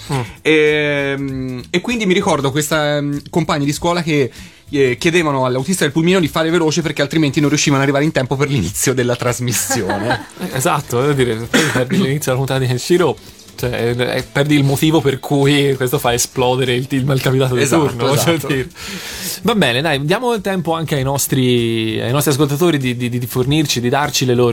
[SPEAKER 2] E quindi mi ricordo questa compagni di scuola che chiedevano all'autista del pulmino di fare veloce perché altrimenti non riuscivano ad arrivare in tempo per l'inizio della trasmissione.
[SPEAKER 1] Esatto, voglio dire, per l'inizio della puntata di Kenshiro, cioè, perdi il motivo per cui questo fa esplodere il malcapitato di turno.
[SPEAKER 2] Esatto.
[SPEAKER 1] Cioè, va bene, dai, diamo il tempo anche ai nostri ascoltatori di fornirci, di darci le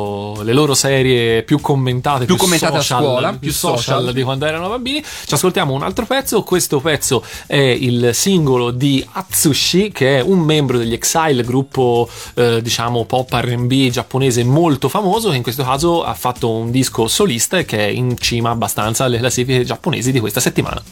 [SPEAKER 1] loro serie più commentate, più social,
[SPEAKER 2] a scuola,
[SPEAKER 1] più social di quando erano bambini. Ci ascoltiamo un altro pezzo. Questo pezzo è il singolo di Atsushi, che è un membro degli Exile, gruppo diciamo pop R&B giapponese molto famoso, che in questo caso ha fatto un disco solista e che è in cima abbastanza alle classifiche giapponesi di questa settimana.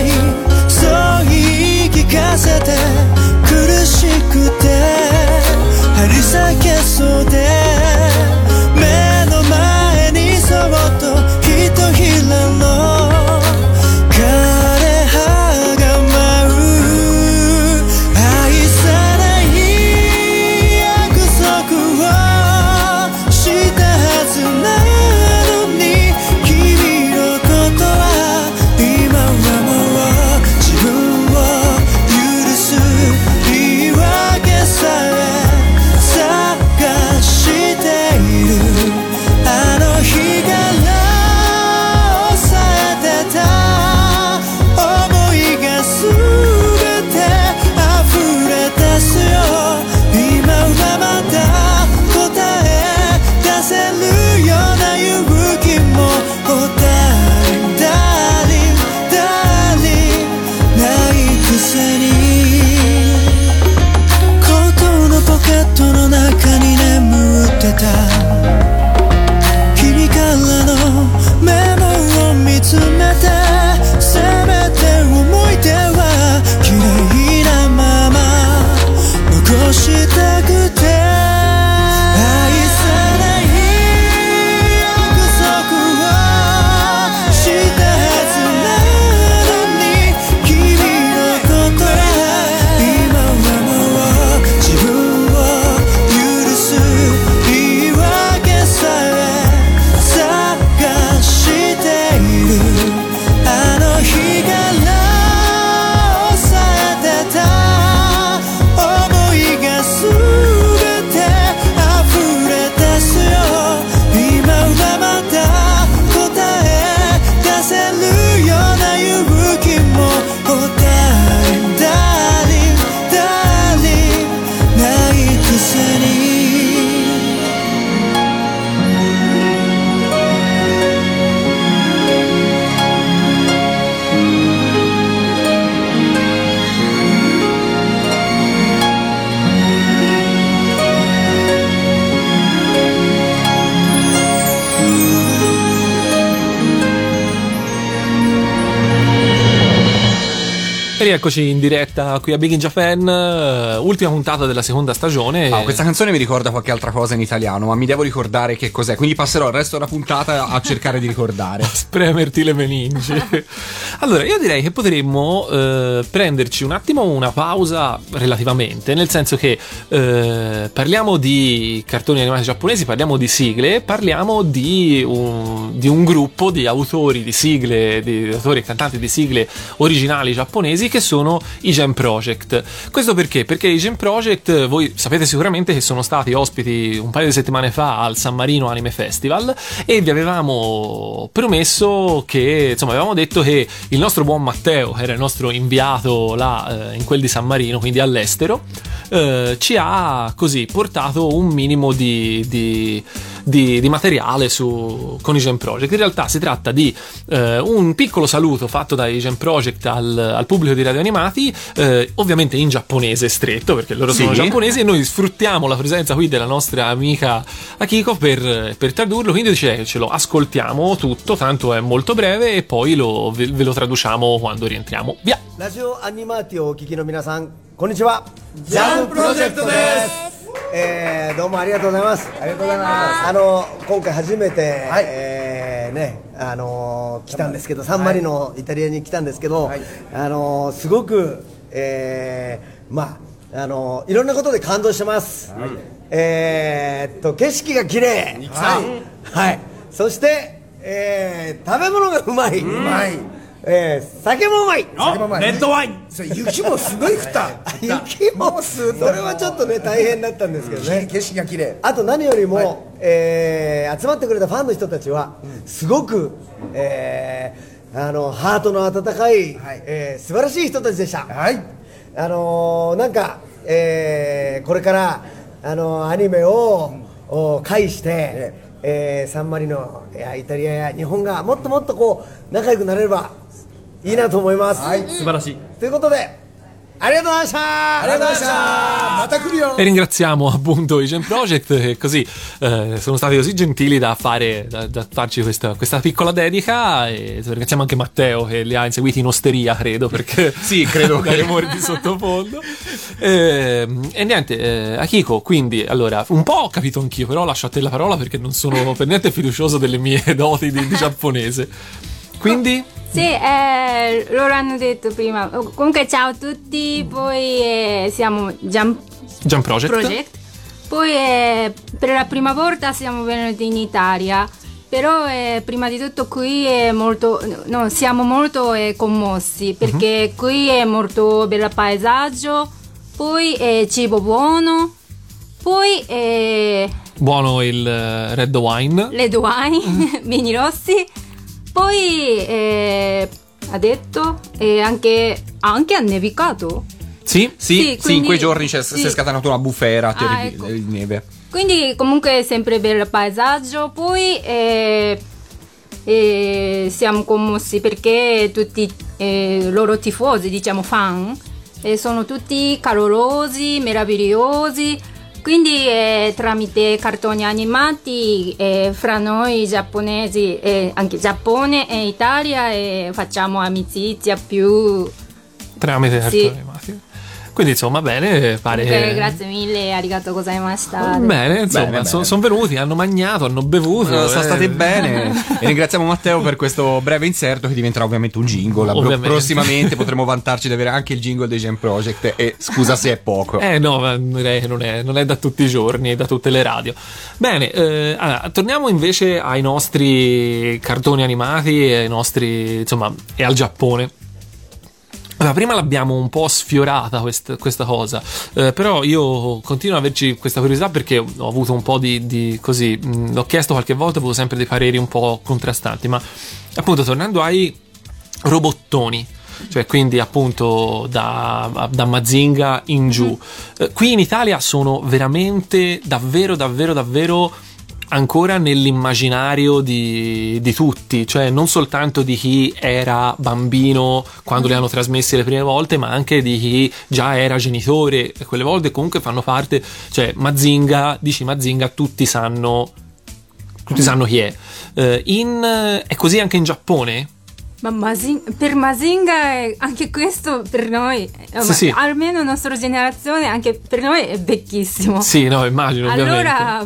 [SPEAKER 5] せて苦しくてれた君からのメモを見つめてせめて思い出は綺麗なまま残したくて愛さない約束をしたはずなのに君のことは今はもう自分を許す言い訳さえ探しているあの日から抑えてた思いが全て溢れ出すよ今はまた答え出せるような勇気もDarlingないくせに
[SPEAKER 1] E rieccoci in diretta qui a Big in Japan, ultima puntata della seconda stagione.
[SPEAKER 2] Questa canzone mi ricorda qualche altra cosa in italiano, ma mi devo ricordare che cos'è, quindi passerò il resto della puntata a cercare di ricordare.
[SPEAKER 1] Spremerti le meningi. Allora, io direi che potremmo prenderci un attimo una pausa relativamente, nel senso che parliamo di cartoni animati giapponesi, parliamo di sigle, parliamo di un gruppo di autori di sigle, di autori e cantanti di sigle originali giapponesi che sono i Jam Project. Questo perché? Perché i Jam Project, voi sapete sicuramente che sono stati ospiti un paio di settimane fa al San Marino Anime Festival e vi avevamo promesso che, insomma, avevamo detto che il nostro buon Matteo, che era il nostro inviato là in quel di San Marino, quindi all'estero, ci ha così portato un minimo di materiale con i Jam Project. In realtà si tratta di un piccolo saluto fatto dai Jam Project al pubblico di Radio Animati, ovviamente in giapponese stretto, perché loro sono giapponesi e noi sfruttiamo la presenza qui della nostra amica Akiko per tradurlo, quindi ce lo ascoltiamo tutto, tanto è molto breve e poi ve lo traduciamo quando rientriamo. Via!
[SPEAKER 6] Radio Animati o Kiki no minasan, konnichiwa. Jam Project です。どうもありがとうございます。ありがとうございます。今回初めて、来たんですけど、サンマリノイタリアに来たんですけど、すごく、いろんなことで感動してます。景色が綺麗。はい。そして、食べ物がうまい。酒もうまい。レッドワイン。雪もすごい降った。雪もそれはちょっとね大変だったんですけどね。景色が綺麗。あと何よりも、集まってくれたファンの人たちはすごく、ハートの温かい、素晴らしい人たちでした。はい。なんか、これからアニメを介して、サンマリノやイタリアや日本がもっともっとこう仲良くなれればいいなと思います。はい、素晴らしい。ということで、ありがとうございました。ありがとうございました。また来るよ。
[SPEAKER 1] E ringraziamo appunto i Jam Project che così sono stati così gentili da farci questa piccola dedica, e ringraziamo anche Matteo che li ha inseguiti in osteria, credo, perché
[SPEAKER 2] sì, credo
[SPEAKER 1] dai rumori di sottofondo. E niente, Akiko, quindi allora un po' ho capito anch'io, però lascio a te la parola perché non sono per niente fiducioso delle mie doti di giapponese. Quindi
[SPEAKER 3] sì, loro hanno detto prima. Comunque ciao a tutti, poi siamo Jam Project. Poi per la prima volta siamo venuti in Italia, però prima di tutto qui siamo molto commossi perché qui è molto bello paesaggio, poi cibo buono, poi
[SPEAKER 1] buono il red wine,
[SPEAKER 3] vini rossi. Poi ha detto anche ha nevicato.
[SPEAKER 1] Sì,
[SPEAKER 2] quindi, in quei giorni si è scatenata una bufera terribile di neve.
[SPEAKER 3] Quindi comunque sempre bel paesaggio. Poi siamo commossi perché tutti loro tifosi, diciamo fan, sono tutti calorosi, meravigliosi. Quindi tramite cartoni animati fra noi giapponesi, anche Giappone e Italia, facciamo amicizia più
[SPEAKER 1] tramite
[SPEAKER 3] sì.
[SPEAKER 1] cartoni animati. Quindi insomma bene, pare
[SPEAKER 3] grazie mille, arigato gozaimashita.
[SPEAKER 1] Bene, insomma, sono venuti, hanno mangiato, hanno bevuto,
[SPEAKER 2] sono stati bene. E ringraziamo Matteo per questo breve inserto che diventerà ovviamente un jingle.
[SPEAKER 1] Ovviamente.
[SPEAKER 2] Prossimamente potremo vantarci di avere anche il jingle dei Jam Project. E scusa se è poco.
[SPEAKER 1] No, ma direi non è da tutti i giorni, è da tutte le radio. Bene, allora, torniamo invece ai nostri cartoni animati e ai nostri, insomma, e al Giappone. Allora, prima l'abbiamo un po' sfiorata questa cosa, però io continuo ad averci questa curiosità perché ho avuto un po' di così, l'ho chiesto qualche volta, ho avuto sempre dei pareri un po' contrastanti, ma appunto tornando ai robottoni, cioè quindi appunto da Mazinga in giù, qui in Italia sono veramente davvero ancora nell'immaginario di tutti, cioè non soltanto di chi era bambino quando li hanno trasmessi le prime volte, ma anche di chi già era genitore e quelle volte comunque fanno parte, cioè Mazinga, dici Mazinga, tutti sanno chi è. È così anche in Giappone?
[SPEAKER 3] Ma per Mazinga anche questo per noi,
[SPEAKER 1] sì.
[SPEAKER 3] almeno la nostra generazione, anche per noi è vecchissimo.
[SPEAKER 1] Sì, no, immagino.
[SPEAKER 3] Allora,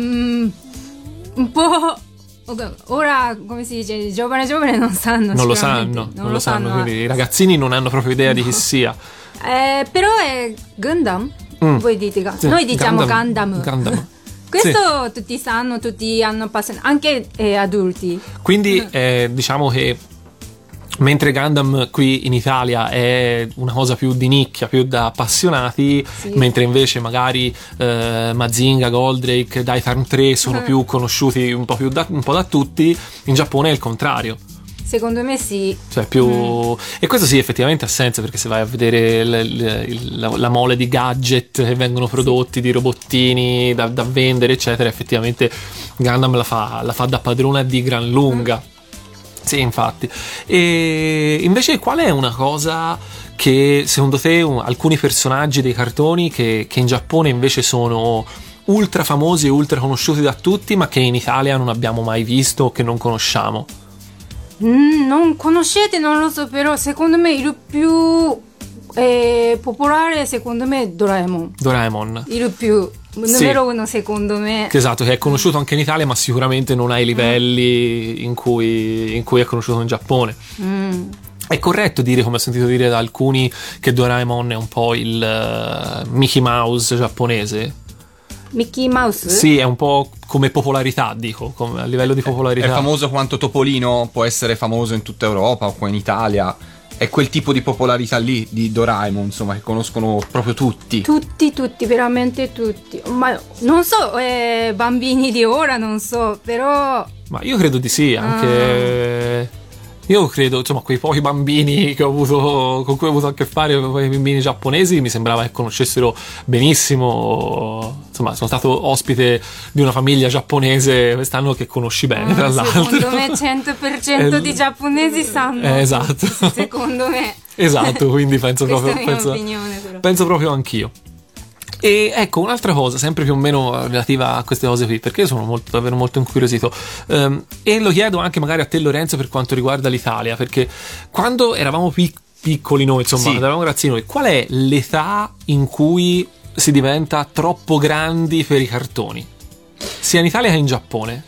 [SPEAKER 3] un po' ora, come si dice, giovane non sanno.
[SPEAKER 1] Non lo sanno, quindi i ragazzini non hanno proprio idea di chi sia.
[SPEAKER 3] Però è Gundam, voi dite,
[SPEAKER 1] sì,
[SPEAKER 3] noi diciamo Gundam. Questo
[SPEAKER 1] sì.
[SPEAKER 3] tutti sanno, tutti hanno passione, anche adulti.
[SPEAKER 1] Quindi diciamo che mentre Gundam qui in Italia è una cosa più di nicchia, più da appassionati, sì. Mentre invece magari Mazinga, Goldrake, Daitarn 3 sono più conosciuti un po' da tutti, in Giappone è il contrario.
[SPEAKER 3] Secondo me sì.
[SPEAKER 1] Cioè più e questo sì, effettivamente ha senso, perché se vai a vedere la mole di gadget che vengono prodotti, sì. Di robottini da vendere eccetera, effettivamente Gundam la fa da padrona di gran lunga. Sì, infatti. E invece qual è una cosa che secondo te alcuni personaggi dei cartoni che in Giappone invece sono ultra famosi e ultra conosciuti da tutti, ma che in Italia non abbiamo mai visto o che non conosciamo?
[SPEAKER 3] Non conoscete, non lo so, però secondo me il più popolare, secondo me, Doraemon. Il più numero uno, secondo me.
[SPEAKER 1] Esatto, che è conosciuto anche in Italia, ma sicuramente non ai livelli in cui è conosciuto in Giappone. È corretto dire, come ho sentito dire da alcuni, che Doraemon è un po' il Mickey Mouse giapponese?
[SPEAKER 3] Mickey Mouse?
[SPEAKER 1] Sì, è un po' come popolarità, dico, a livello di popolarità.
[SPEAKER 2] È famoso quanto Topolino può essere famoso in tutta Europa o qua in Italia. È quel tipo di popolarità lì di Doraemon, insomma, che conoscono proprio tutti.
[SPEAKER 3] Tutti, veramente tutti. Ma non so, bambini di ora, non so, però...
[SPEAKER 1] Ma io credo di sì, anche... Io credo, insomma, quei pochi bambini con cui ho avuto a che fare, quei bambini giapponesi, mi sembrava che conoscessero benissimo. Insomma, sono stato ospite di una famiglia giapponese quest'anno che conosci bene, tra l'altro.
[SPEAKER 3] Secondo me 100% di giapponesi sanno.
[SPEAKER 1] Esatto.
[SPEAKER 3] Secondo me.
[SPEAKER 1] Esatto, quindi penso proprio anch'io. E ecco, un'altra cosa, sempre più o meno relativa a queste cose qui, perché io sono davvero molto incuriosito, e lo chiedo anche magari a te, Lorenzo, per quanto riguarda l'Italia, perché quando eravamo piccoli noi, insomma, quando eravamo ragazzini noi, qual è l'età in cui si diventa troppo grandi per i cartoni? Sia in Italia che in Giappone?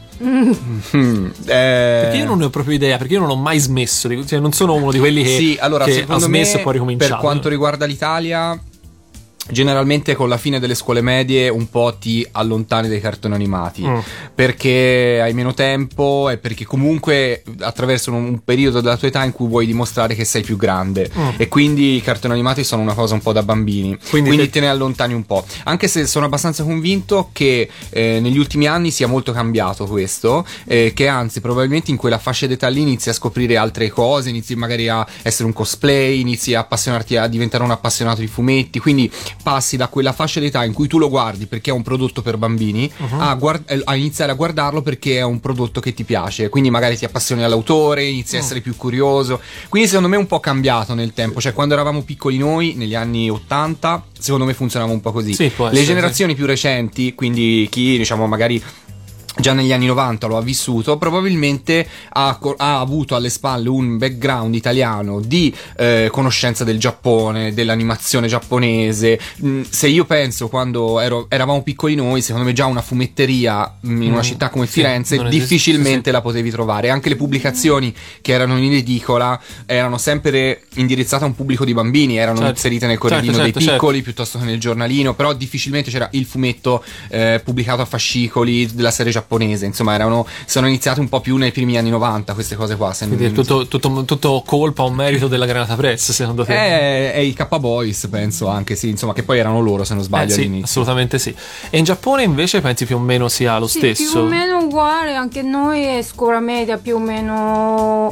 [SPEAKER 1] Perché io non ne ho proprio idea, perché io non ho mai smesso, cioè non sono uno di quelli che ha smesso e poi ricominciato.
[SPEAKER 2] Per quanto riguarda l'Italia, generalmente con la fine delle scuole medie un po' ti allontani dai cartoni animati, perché hai meno tempo e perché comunque attraversano un periodo della tua età in cui vuoi dimostrare che sei più grande, e quindi i cartoni animati sono una cosa un po' da bambini, quindi te ne allontani un po', anche se sono abbastanza convinto che negli ultimi anni sia molto cambiato questo, che anzi probabilmente in quella fascia d'età lì inizi a scoprire altre cose, inizi magari a essere un cosplay, inizi a appassionarti, a diventare un appassionato di fumetti, quindi passi da quella fascia d'età in cui tu lo guardi perché è un prodotto per bambini a iniziare a guardarlo perché è un prodotto che ti piace, quindi magari ti appassioni all'autore, inizi a essere più curioso. Quindi secondo me è un po' cambiato nel tempo, cioè quando eravamo piccoli noi negli anni 80 secondo me funzionava un po' così.
[SPEAKER 1] Sì, può
[SPEAKER 2] le
[SPEAKER 1] essere,
[SPEAKER 2] generazioni più recenti, quindi chi diciamo magari già negli anni 90 lo ha vissuto, probabilmente ha avuto alle spalle un background italiano di conoscenza del Giappone, dell'animazione giapponese. Se io penso quando eravamo piccoli noi, secondo me già una fumetteria in una città come Firenze difficilmente la potevi trovare. Anche le pubblicazioni che erano in edicola erano sempre indirizzate a un pubblico di bambini, erano inserite nel corredino dei piccoli piuttosto che nel giornalino, però difficilmente c'era il fumetto pubblicato a fascicoli della serie giapponese. Insomma, sono iniziate un po' più nei primi anni 90 queste cose qua.
[SPEAKER 1] Quindi è tutto colpa o merito della Granata Press, secondo te?
[SPEAKER 2] È i K-Boys, penso anche, sì, insomma, che poi erano loro, se non sbaglio,
[SPEAKER 1] sì,
[SPEAKER 2] all'inizio.
[SPEAKER 1] Assolutamente sì. E in Giappone invece pensi più o meno sia lo stesso?
[SPEAKER 3] Più o meno uguale, anche noi è scuola media più o meno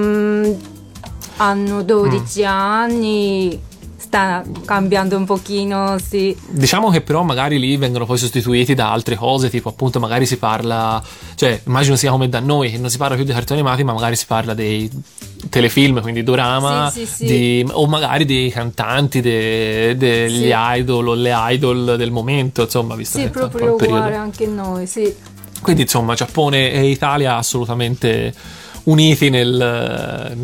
[SPEAKER 3] hanno 12 anni. Sta cambiando un pochino, sì.
[SPEAKER 1] Diciamo che però magari lì vengono poi sostituiti da altre cose, tipo appunto magari si parla, cioè immagino sia come da noi che non si parla più di cartoni animati, ma magari si parla dei telefilm, quindi dorama,
[SPEAKER 3] sì.
[SPEAKER 1] O magari dei cantanti, degli idol o le idol del momento, insomma, visto
[SPEAKER 3] sì,
[SPEAKER 1] che
[SPEAKER 3] proprio uguale anche noi, sì.
[SPEAKER 1] Quindi insomma Giappone e Italia assolutamente uniti nella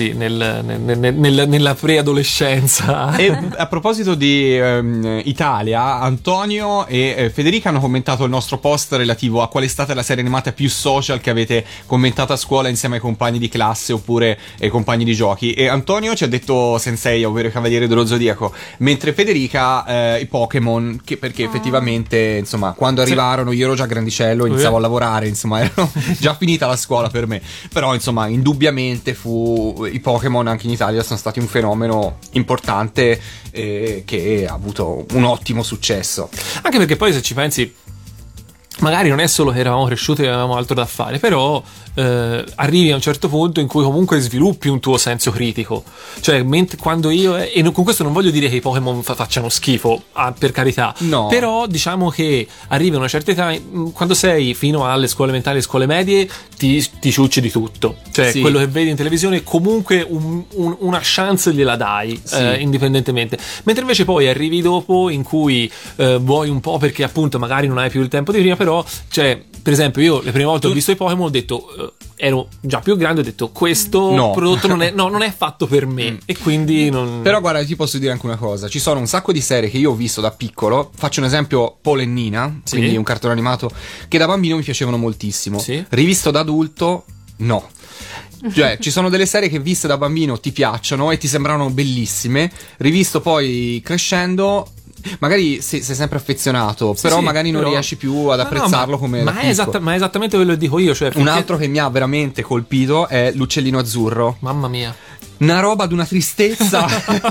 [SPEAKER 1] preadolescenza.
[SPEAKER 2] E a proposito di Italia, Antonio e Federica hanno commentato il nostro post relativo a qual è stata la serie animata più social che avete commentato a scuola insieme ai compagni di classe oppure ai compagni di giochi, e Antonio ci ha detto Sensei, ovvero i Cavalieri dello Zodiaco, mentre Federica i Pokémon, perché effettivamente insomma quando arrivarono io ero già grandicello, iniziavo a lavorare, insomma ero già finita la scuola per me, però insomma indubbiamente i Pokémon anche in Italia sono stati un fenomeno importante che ha avuto un ottimo successo,
[SPEAKER 1] anche perché poi se ci pensi magari non è solo che eravamo cresciuti e avevamo altro da fare, però arrivi a un certo punto in cui comunque sviluppi un tuo senso critico, cioè quando io e con questo non voglio dire che i Pokémon facciano schifo, per carità,
[SPEAKER 2] no,
[SPEAKER 1] però diciamo che arrivi a una certa età, quando sei fino alle scuole elementari e scuole medie ti ciucci di tutto, cioè sì, quello che vedi in televisione comunque una chance gliela dai, sì, indipendentemente, mentre invece poi arrivi dopo in cui vuoi un po' perché appunto magari non hai più il tempo di prima, però cioè per esempio io le prime volte ho visto i Pokémon ho detto ero già più grande, ho detto questo prodotto non è fatto per me, e quindi non...
[SPEAKER 2] Però guarda, ti posso dire anche una cosa, ci sono un sacco di serie che io ho visto da piccolo, faccio un esempio, Paul e Nina, sì, quindi un cartone animato che da bambino mi piacevano moltissimo, sì, rivisto da adulto no. Cioè ci sono delle serie che viste da bambino ti piacciono e ti sembrano bellissime, rivisto poi crescendo magari sei sempre affezionato, però magari non riesci più ad apprezzarlo come
[SPEAKER 1] ma è esattamente quello che dico io, cioè
[SPEAKER 2] un altro che mi ha veramente colpito è L'uccellino azzurro.
[SPEAKER 1] Mamma mia,
[SPEAKER 2] una roba di una tristezza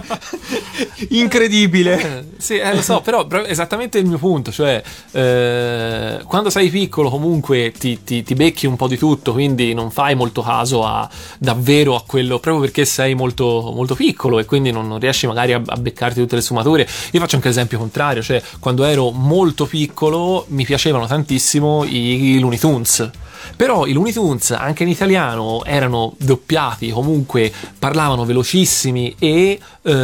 [SPEAKER 2] incredibile.
[SPEAKER 1] Sì, lo so, però esattamente il mio punto, cioè quando sei piccolo comunque ti becchi un po' di tutto, quindi non fai molto caso davvero a quello, proprio perché sei molto, molto piccolo e quindi non riesci magari a beccarti tutte le sfumature. Io faccio anche l'esempio contrario, cioè quando ero molto piccolo mi piacevano tantissimo i Looney Tunes, però i Looney Tunes anche in italiano erano doppiati, comunque parlavano velocissimi e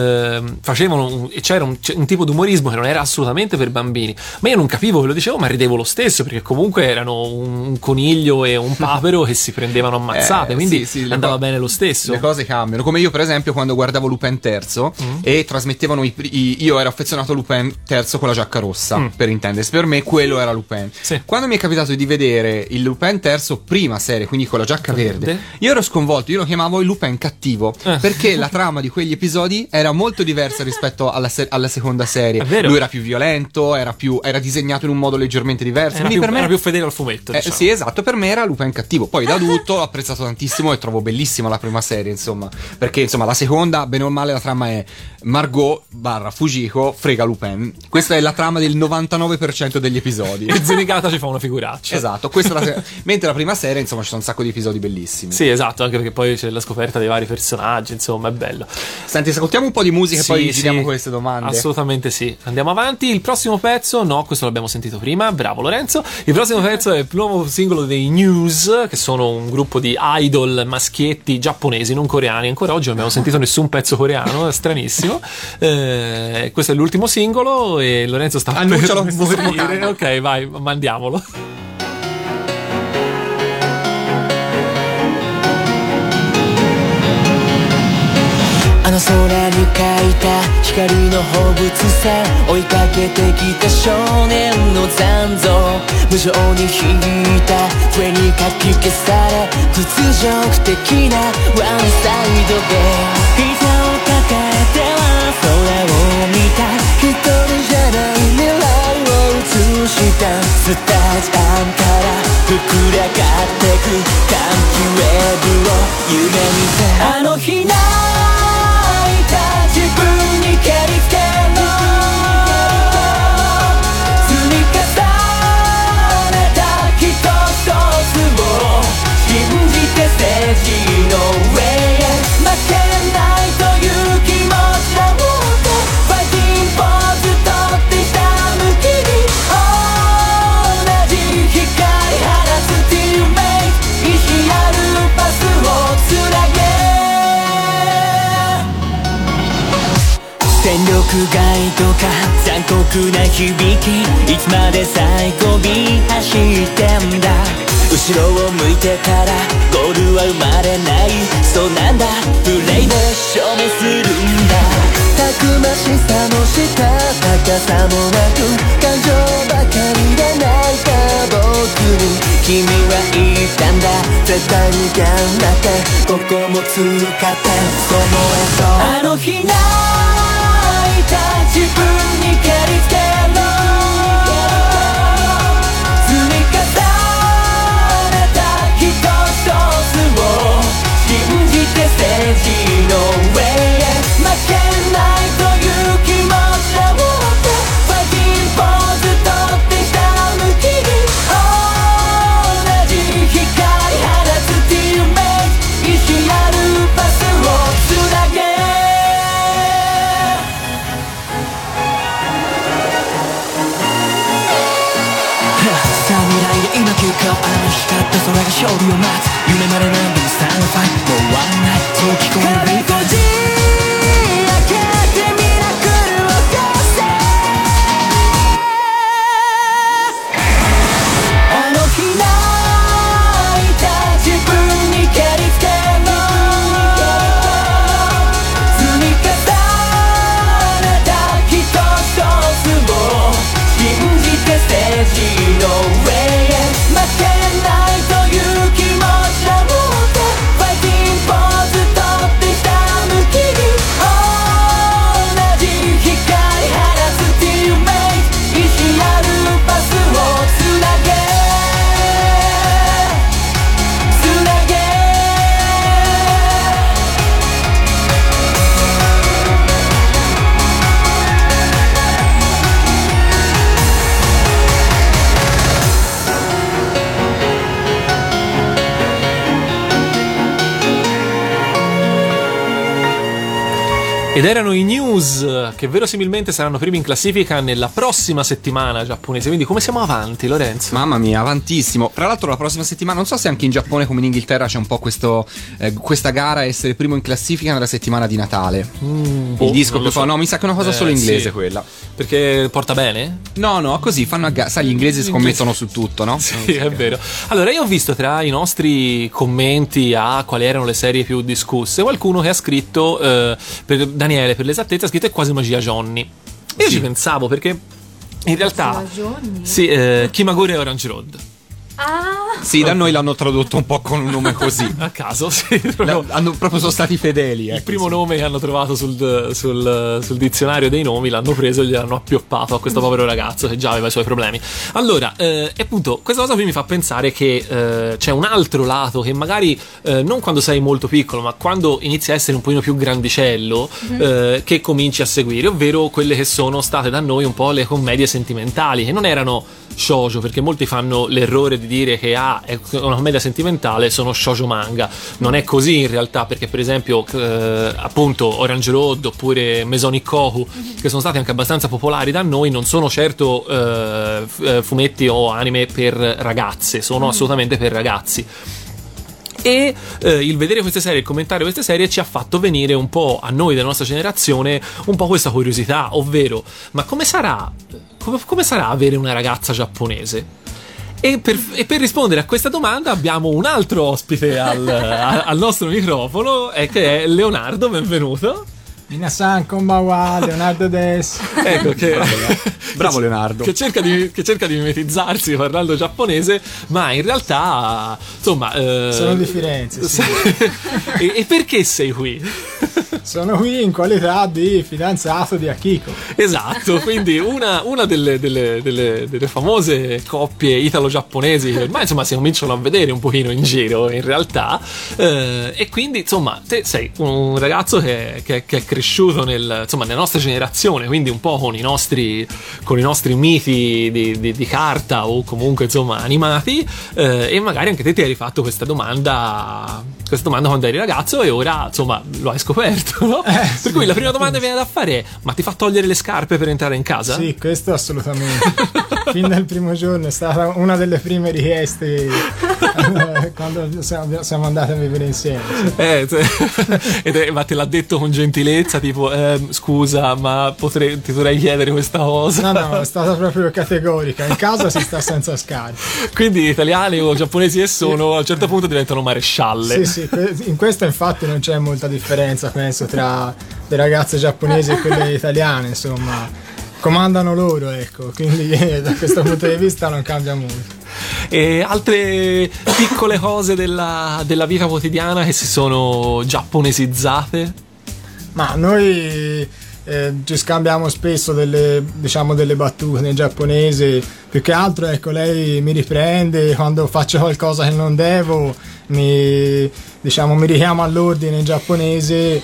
[SPEAKER 1] c'era un tipo di umorismo che non era assolutamente per bambini, ma io non capivo che lo dicevo, ma ridevo lo stesso perché comunque erano un coniglio e un papero che si prendevano ammazzate, quindi andava bene lo stesso.
[SPEAKER 2] Le cose cambiano, come io per esempio quando guardavo Lupin III e trasmettevano io ero affezionato a Lupin III con la giacca rossa, per intendersi, per me quello era Lupin.
[SPEAKER 1] Sì.
[SPEAKER 2] Quando mi è capitato di vedere il Lupin III prima serie, quindi con la giacca verde, io ero sconvolto, io lo chiamavo il Lupin cattivo, perché la trama di quegli episodi era molto diversa rispetto alla seconda serie. Lui era più violento, era disegnato in un modo leggermente diverso,
[SPEAKER 1] era più fedele al fumetto, diciamo.
[SPEAKER 2] Sì, esatto, per me era Lupin cattivo. Poi da adulto l'ho apprezzato tantissimo e trovo bellissima la prima serie, insomma, perché insomma la seconda, bene o male, la trama è Margot / Fujiko frega Lupin. Questa è la trama del 99% degli episodi.
[SPEAKER 1] E Zenigata ci fa una figuraccia.
[SPEAKER 2] Esatto, questa è specialmente la prima serie, insomma, ci sono un sacco di episodi bellissimi.
[SPEAKER 1] Sì, esatto, anche perché poi c'è la scoperta dei vari personaggi, insomma, è bello.
[SPEAKER 2] Senti, ascoltiamo un po' di musica e poi giriamo con queste domande.
[SPEAKER 1] Assolutamente sì. Andiamo avanti. Il prossimo pezzo, no, questo l'abbiamo sentito prima, bravo Lorenzo. Il prossimo pezzo è il nuovo singolo dei News, che sono un gruppo di idol maschietti giapponesi, non coreani. Ancora oggi non abbiamo sentito nessun pezzo coreano, è stranissimo. Questo è l'ultimo singolo e Lorenzo sta
[SPEAKER 2] Annuncialo,
[SPEAKER 1] per
[SPEAKER 2] sto
[SPEAKER 1] morire.
[SPEAKER 2] sfocando.
[SPEAKER 1] Ok, vai, mandiamolo.
[SPEAKER 5] あの空に描いた光の放物線追いかけてきた少年の残像無情に引いた笛にかき消され屈辱的なワンサイドで膝を抱えては空を見た一人じゃない未来を映したスタジアムから膨れ上がってく歓喜ウェーブを夢見てあの日泣いた自分に蹴りつけろ積み重ねた一つ一つを信じてステージの上へ負けないという気持ちを持ってファイティングポーズとってひたむきに同じ光放つ Teammate 意志あるパスをつなげ戦力外とか残酷な響きいつまで最後尾走ってんだ後ろを向いてたらゴールは生まれないそうなんだプレイで証明するんだたくましさもした高さもなく感情ばかりで泣いた僕に君は言ったんだ絶対に頑張ってここも使ってその絵とあの日泣いた自分に蹴りつけろ積み重ねた一つ一つを信じてステージの上へ負けないという気持ちを持ってファイティングポーズとってひたむきに同じ光放つ Teammate 意志あるパスをつなげ今休暇をあの光った空が勝利を待つ夢まで何度もスタンドファイトもうワンナイトそう聞こえるこじ開けてミラクルを起こせあの日泣いた自分に蹴りつけろ積み重ねた一つ一つを信じてステージの上負けないという気持ちを持ってファイティングポーズとってひたむきに同じ光放つ Teammate 意志あるパスをつなげつなげ
[SPEAKER 1] Ed erano i News che verosimilmente saranno primi in classifica nella prossima settimana giapponese. Quindi come siamo avanti, Lorenzo?
[SPEAKER 2] Mamma mia, avantissimo. Tra l'altro la prossima settimana, non so se anche in Giappone come in Inghilterra c'è un po' questa gara a essere primo in classifica nella settimana di Natale. Il disco
[SPEAKER 1] non lo
[SPEAKER 2] che fa,
[SPEAKER 1] so.
[SPEAKER 2] no, mi sa che è una cosa solo inglese
[SPEAKER 1] sì.
[SPEAKER 2] quella.
[SPEAKER 1] Perché porta bene?
[SPEAKER 2] No, così fanno a gara. Sai, gli inglesi scommettono su tutto, no?
[SPEAKER 1] Sì, è vero. Allora, io ho visto tra i nostri commenti a quali erano le serie più discusse qualcuno che ha scritto, per Daniele, per l'esattezza, ha scritto è quasi magia Johnny. Io ci pensavo perché in realtà sì, Kimagure e Orange Road.
[SPEAKER 2] Sì, da noi l'hanno tradotto un po' con un nome così.
[SPEAKER 1] A caso, sì. Proprio
[SPEAKER 2] Sono stati fedeli.
[SPEAKER 1] il primo nome che hanno trovato sul dizionario dei nomi l'hanno preso e gliel'hanno appioppato a questo povero ragazzo che già aveva i suoi problemi. Allora, appunto, questa cosa qui mi fa pensare che c'è un altro lato che magari non quando sei molto piccolo, ma quando inizi a essere un pochino più grandicello, che cominci a seguire, ovvero quelle che sono state da noi un po' le commedie sentimentali, che non erano shoujo, perché molti fanno l'errore di dire che ha è una commedia sentimentale sono shoujo manga. Non è così in realtà, perché per esempio appunto Orange Road oppure Mesonic Kohu, che sono stati anche abbastanza popolari da noi, non sono certo fumetti o anime per ragazze, sono assolutamente per ragazzi. E il vedere queste serie, il commentare queste serie ci ha fatto venire un po' a noi della nostra generazione un po' questa curiosità, ovvero ma come sarà avere una ragazza giapponese? E per rispondere a questa domanda abbiamo un altro ospite al nostro microfono, che è Leonardo. Benvenuto.
[SPEAKER 7] Minasan konbanwa, Leonardo des.
[SPEAKER 1] Ecco che
[SPEAKER 2] Bravo Leonardo.
[SPEAKER 1] che cerca di mimetizzarsi parlando giapponese, ma in realtà insomma
[SPEAKER 7] Sono di Firenze, sì.
[SPEAKER 1] e perché sei qui?
[SPEAKER 7] Sono qui in qualità di fidanzato di Akiko.
[SPEAKER 1] Esatto, quindi una delle famose coppie italo-giapponesi che ormai insomma si cominciano a vedere un pochino in giro in realtà, e quindi insomma te sei un ragazzo che è cresciuto nella nostra generazione, quindi un po' con i nostri miti di carta o comunque insomma animati, e magari anche te ti hai rifatto questa domanda quando eri ragazzo e ora insomma lo hai scoperto, no? Per cui la prima domanda che viene da fare è: ma ti fa togliere le scarpe per entrare in casa?
[SPEAKER 7] Sì, questo assolutamente. Fin dal primo giorno è stata una delle prime richieste quando siamo andati a vivere insieme, sì.
[SPEAKER 1] Ma te l'ha detto con gentilezza, tipo scusa, ma ti dovrei chiedere questa cosa?
[SPEAKER 7] No, è stata proprio categorica. In casa si sta senza scarpe.
[SPEAKER 1] Quindi italiani o giapponesi a un certo punto diventano marescialle.
[SPEAKER 7] Sì, in questo infatti non c'è molta differenza, penso, tra le ragazze giapponesi e quelle italiane, insomma, comandano loro, ecco, quindi da questo punto di vista non cambia molto.
[SPEAKER 1] E altre piccole cose della vita quotidiana che si sono giapponesizzate?
[SPEAKER 7] Ma noi ci scambiamo spesso delle battute in giapponese, più che altro, ecco, lei mi riprende quando faccio qualcosa che non devo, mi richiama all'ordine in giapponese,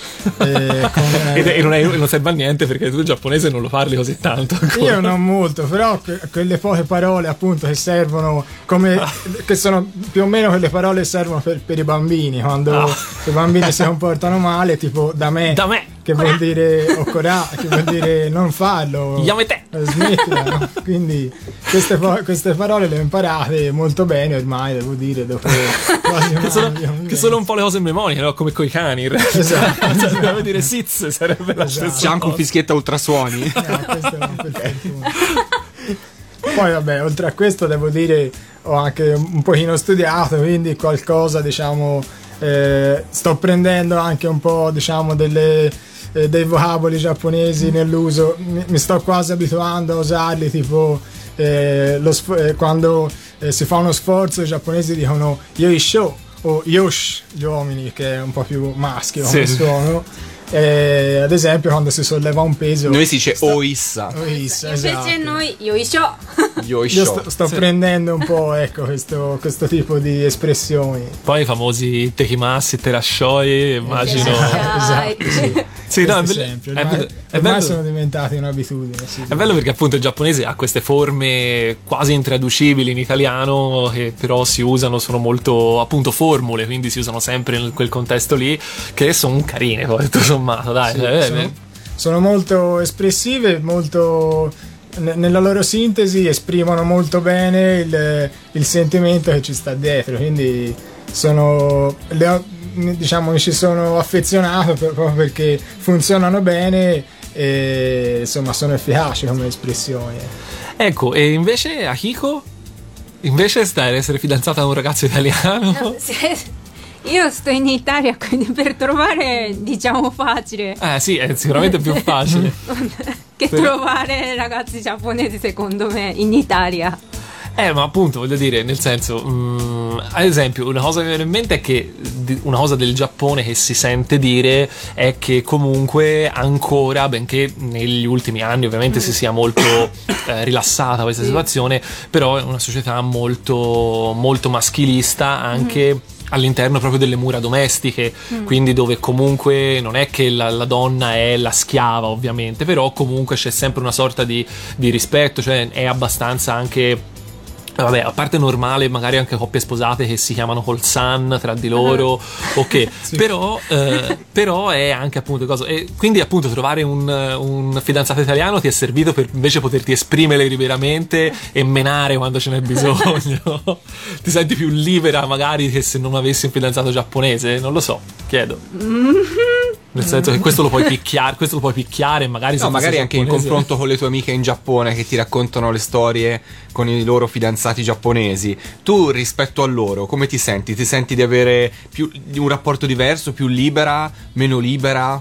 [SPEAKER 1] e non serve a niente perché tu il giapponese non lo parli così tanto ancora.
[SPEAKER 7] Io non molto, però quelle poche parole appunto che servono, che sono più o meno quelle parole che servono per i bambini, quando i bambini si comportano male, tipo da me. Che vuol dire okora, che vuol dire non farlo,
[SPEAKER 1] Yamete,
[SPEAKER 7] smettila, no? Quindi queste parole le ho imparate molto bene ormai, devo dire, dopo quasi un anno.
[SPEAKER 1] Che sono un po' le cose in memoria, no? Come coi cani in realtà.
[SPEAKER 7] Esatto.
[SPEAKER 1] Devo dire Siz sarebbe la stessa.
[SPEAKER 2] C'è anche un fischietto a ultrasuoni.
[SPEAKER 7] Questo è un perfetto punto. Poi vabbè, oltre a questo devo dire ho anche un pochino studiato, quindi qualcosa sto prendendo anche un po' dei vocaboli giapponesi nell'uso, mi sto quasi abituando a usarli, tipo quando si fa uno sforzo i giapponesi dicono yoisho o yosh, gli uomini, che è un po' più maschio come suono. Ad esempio quando si solleva un peso
[SPEAKER 2] noi si dice oissa,
[SPEAKER 3] Invece
[SPEAKER 7] esatto.
[SPEAKER 3] noi yoisho.
[SPEAKER 7] Io sto prendendo un po', ecco, questo tipo di espressioni.
[SPEAKER 1] Poi i famosi tekimasu, terashoi, immagino.
[SPEAKER 7] Esatto, sì.
[SPEAKER 1] Sì, no,
[SPEAKER 7] è bello, sono diventati un'abitudine, sì.
[SPEAKER 1] È bello perché appunto il giapponese ha queste forme quasi intraducibili in italiano, che però si usano, sono molto appunto formule, quindi si usano sempre in quel contesto lì, che sono carine poi tutto sommato, dai.
[SPEAKER 7] Sì, sono molto espressive, molto nella loro sintesi esprimono molto bene il sentimento che ci sta dietro, quindi mi ci sono affezionato proprio perché funzionano bene e insomma sono efficaci come espressioni.
[SPEAKER 1] Ecco, e invece Akiko? Invece stai ad essere fidanzata da un ragazzo italiano?
[SPEAKER 3] Io sto in Italia, quindi per trovare diciamo facile.
[SPEAKER 1] Sì, è sicuramente più facile
[SPEAKER 3] che trovare ragazzi giapponesi, secondo me, in Italia.
[SPEAKER 1] Ma appunto, voglio dire, nel senso, ad esempio, una cosa che mi viene in mente è che una cosa del Giappone che si sente dire è che comunque ancora, benché negli ultimi anni ovviamente si sia molto rilassata questa situazione, però è una società molto, molto maschilista anche all'interno proprio delle mura domestiche, quindi dove comunque non è che la donna è la schiava ovviamente, però comunque c'è sempre una sorta di rispetto, cioè è abbastanza anche Vabbè, a parte normale, magari anche coppie sposate che si chiamano col san tra di loro, ok, però è anche appunto cosa. E quindi appunto trovare un fidanzato italiano ti è servito per invece poterti esprimere liberamente e menare quando ce n'è bisogno. Ti senti più libera magari che se non avessi un fidanzato giapponese? Non lo so, chiedo. Nel senso che questo lo puoi picchiare e magari
[SPEAKER 2] no, magari anche in confronto con le tue amiche in Giappone che ti raccontano le storie con i loro fidanzati giapponesi. Tu rispetto a loro come ti senti? Ti senti di avere un rapporto diverso, più libera, meno libera?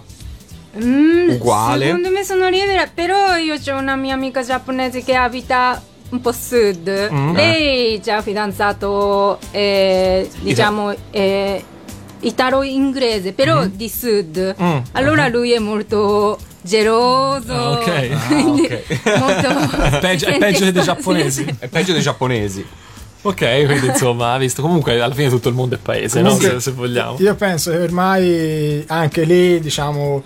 [SPEAKER 2] Uguale?
[SPEAKER 3] Secondo me sono libera, però io ho una mia amica giapponese che abita un po' sud. Lei già fidanzato, diciamo, italo-inglese, però di sud. Allora lui è molto geloso. Quindi molto
[SPEAKER 1] è peggio dei giapponesi.
[SPEAKER 2] È peggio dei giapponesi.
[SPEAKER 1] Ok, quindi insomma, ha visto, comunque alla fine tutto il mondo è paese, comunque, no? Se vogliamo.
[SPEAKER 7] Io penso che ormai anche lì, diciamo,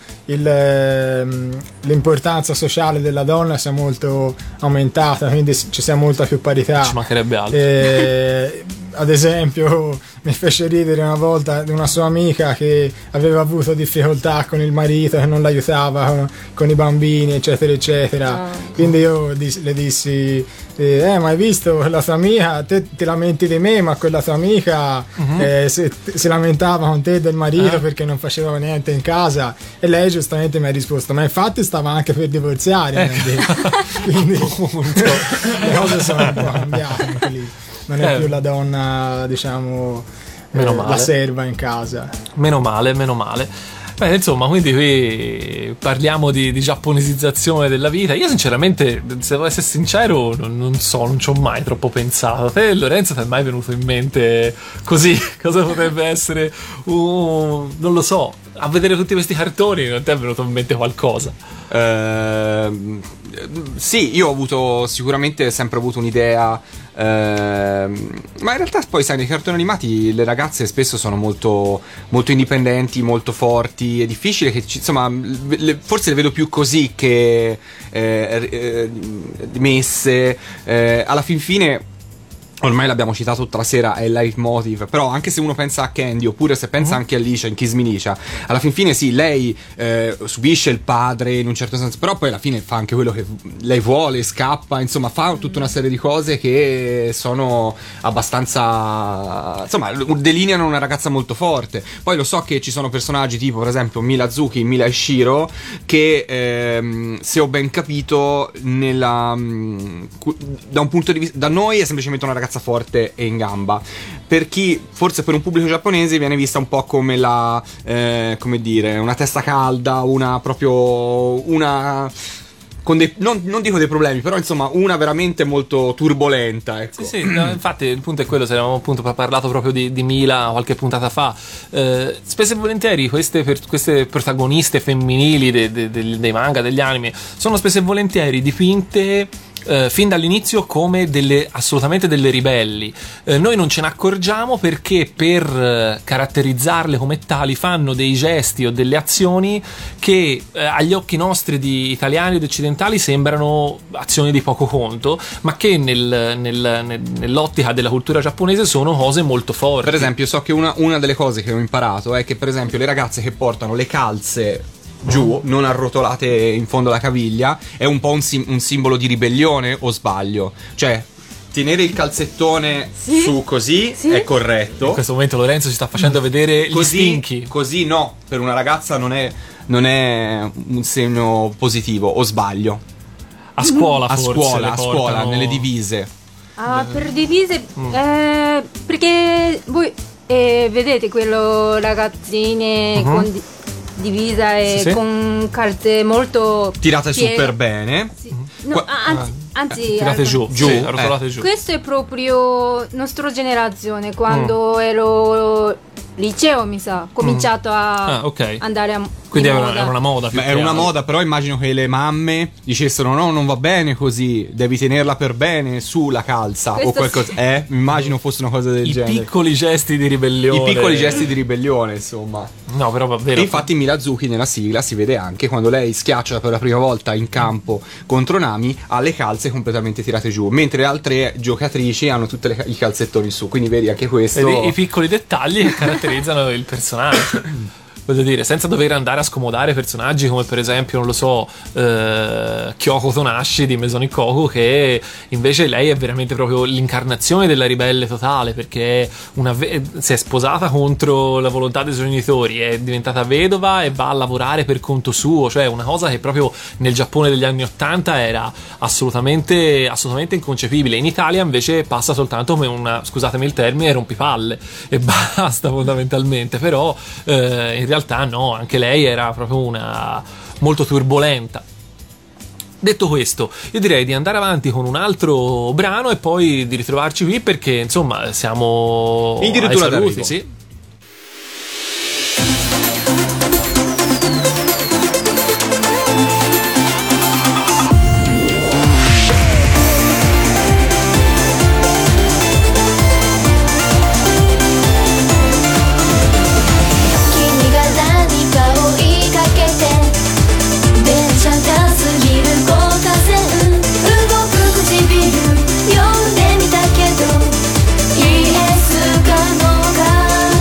[SPEAKER 7] l'importanza sociale della donna sia molto aumentata, quindi ci sia molta più parità.
[SPEAKER 1] Ci mancherebbe altro.
[SPEAKER 7] Ad esempio, mi fece ridere una volta di una sua amica che aveva avuto difficoltà con il marito che non l'aiutava con i bambini, eccetera eccetera. Quindi io le dissi: ma hai visto la tua amica, te ti lamenti di me, ma quella tua amica si lamentava con te del marito perché non faceva niente in casa. E lei giustamente mi ha risposto: ma infatti stava anche per divorziare. Quindi le cose sono un po' cambiate anche lì. Non è più la donna, diciamo, la serva in casa.
[SPEAKER 1] Meno male. Beh, insomma, quindi qui parliamo di giapponesizzazione della vita. Io sinceramente, se devo essere sincero, non ci ho mai troppo pensato. A te, Lorenzo, ti è mai venuto in mente così? Cosa potrebbe essere? Non lo so. A vedere tutti questi cartoni non ti è venuto in mente qualcosa?
[SPEAKER 2] Sì, io ho sicuramente sempre avuto un'idea, ma in realtà poi sai, nei cartoni animati le ragazze spesso sono molto, molto indipendenti, molto forti. È difficile che insomma, forse le vedo più così che dimesse. Alla fin fine, ormai l'abbiamo citato tutta la sera, è il leitmotiv. Però anche se uno pensa a Candy, oppure se pensa anche a Alicia in Kiss Me Licia, alla fin fine sì, lei subisce il padre in un certo senso, però poi alla fine fa anche quello che lei vuole, scappa, insomma fa tutta una serie di cose che sono abbastanza, insomma, delineano una ragazza molto forte. Poi lo so che ci sono personaggi tipo per esempio Milazuki, Mila e Shiro, che se ho ben capito da un punto di vista, da noi è semplicemente una ragazza forte e in gamba. Per chi, forse per un pubblico giapponese, viene vista un po' come come dire, una testa calda, con non dico dei problemi, però insomma una veramente molto turbolenta, ecco.
[SPEAKER 1] Sì, no, infatti il punto è quello. Se avevamo appunto parlato proprio di Mila qualche puntata fa, spesso e volentieri queste protagoniste femminili dei manga, degli anime, sono spesso e volentieri dipinte fin dall'inizio come assolutamente delle ribelli. Noi non ce ne accorgiamo perché per caratterizzarle come tali fanno dei gesti o delle azioni che agli occhi nostri di italiani ed occidentali sembrano azioni di poco conto, ma che nell'ottica della cultura giapponese sono cose molto forti.
[SPEAKER 2] Per esempio, so che una delle cose che ho imparato è che per esempio le ragazze che portano le calze giù, non arrotolate in fondo alla caviglia, è un po' un simbolo di ribellione, o sbaglio? Cioè, tenere il calzettone su così è corretto.
[SPEAKER 1] In questo momento Lorenzo ci sta facendo vedere gli stinchi.
[SPEAKER 2] Così no, per una ragazza non è un segno positivo, o sbaglio?
[SPEAKER 1] A scuola
[SPEAKER 2] a
[SPEAKER 1] forse
[SPEAKER 2] scuola, nelle divise.
[SPEAKER 3] Per divise, perché voi vedete quello ragazzine con divisa e con calze molto
[SPEAKER 2] tirate su per bene.
[SPEAKER 3] Sì. No, anzi
[SPEAKER 1] tirate giù, arrotolate giù.
[SPEAKER 3] Questo è proprio nostra generazione, quando ero liceo mi sa, ho cominciato a
[SPEAKER 1] ok.
[SPEAKER 3] andare a
[SPEAKER 1] Quindi
[SPEAKER 3] in
[SPEAKER 1] era una moda più
[SPEAKER 2] Ma
[SPEAKER 1] che
[SPEAKER 2] era una
[SPEAKER 1] altro.
[SPEAKER 2] moda, però immagino che le mamme dicessero no, non va bene così, devi tenerla per bene su la calza
[SPEAKER 3] Questo
[SPEAKER 2] o qualcosa. Immagino fosse una cosa del
[SPEAKER 1] I
[SPEAKER 2] genere.
[SPEAKER 1] piccoli gesti di ribellione.
[SPEAKER 2] I piccoli gesti di ribellione, insomma.
[SPEAKER 1] No, però davvero.
[SPEAKER 2] E infatti Mirazuki nella sigla si vede anche quando lei schiaccia per la prima volta in campo contro Nami, ha le calze completamente tirate giù, mentre le altre giocatrici hanno tutti i calzettoni su, quindi vedi anche questo.
[SPEAKER 1] Vedi i piccoli dettagli che caratterizzano il personaggio. Voglio dire, senza dover andare a scomodare personaggi come per esempio, non lo so, Kyoko Tonashi di Maison Ikkoku, che invece lei è veramente proprio l'incarnazione della ribelle totale, perché si è sposata contro la volontà dei suoi genitori, è diventata vedova e va a lavorare per conto suo, cioè una cosa che proprio nel Giappone degli anni 80 era assolutamente inconcepibile. In Italia invece passa soltanto come una, scusatemi il termine, rompipalle e basta fondamentalmente, però in realtà no, anche lei era proprio una molto turbolenta. Detto questo, io direi di andare avanti con un altro brano e poi di ritrovarci qui, perché insomma siamo
[SPEAKER 2] addirittura
[SPEAKER 1] ai saluti,
[SPEAKER 2] d'arrivo.
[SPEAKER 1] sì.
[SPEAKER 4] 君が何かを言いかけて電車が過ぎる交差点動く唇読んでみたけどイエスかノーか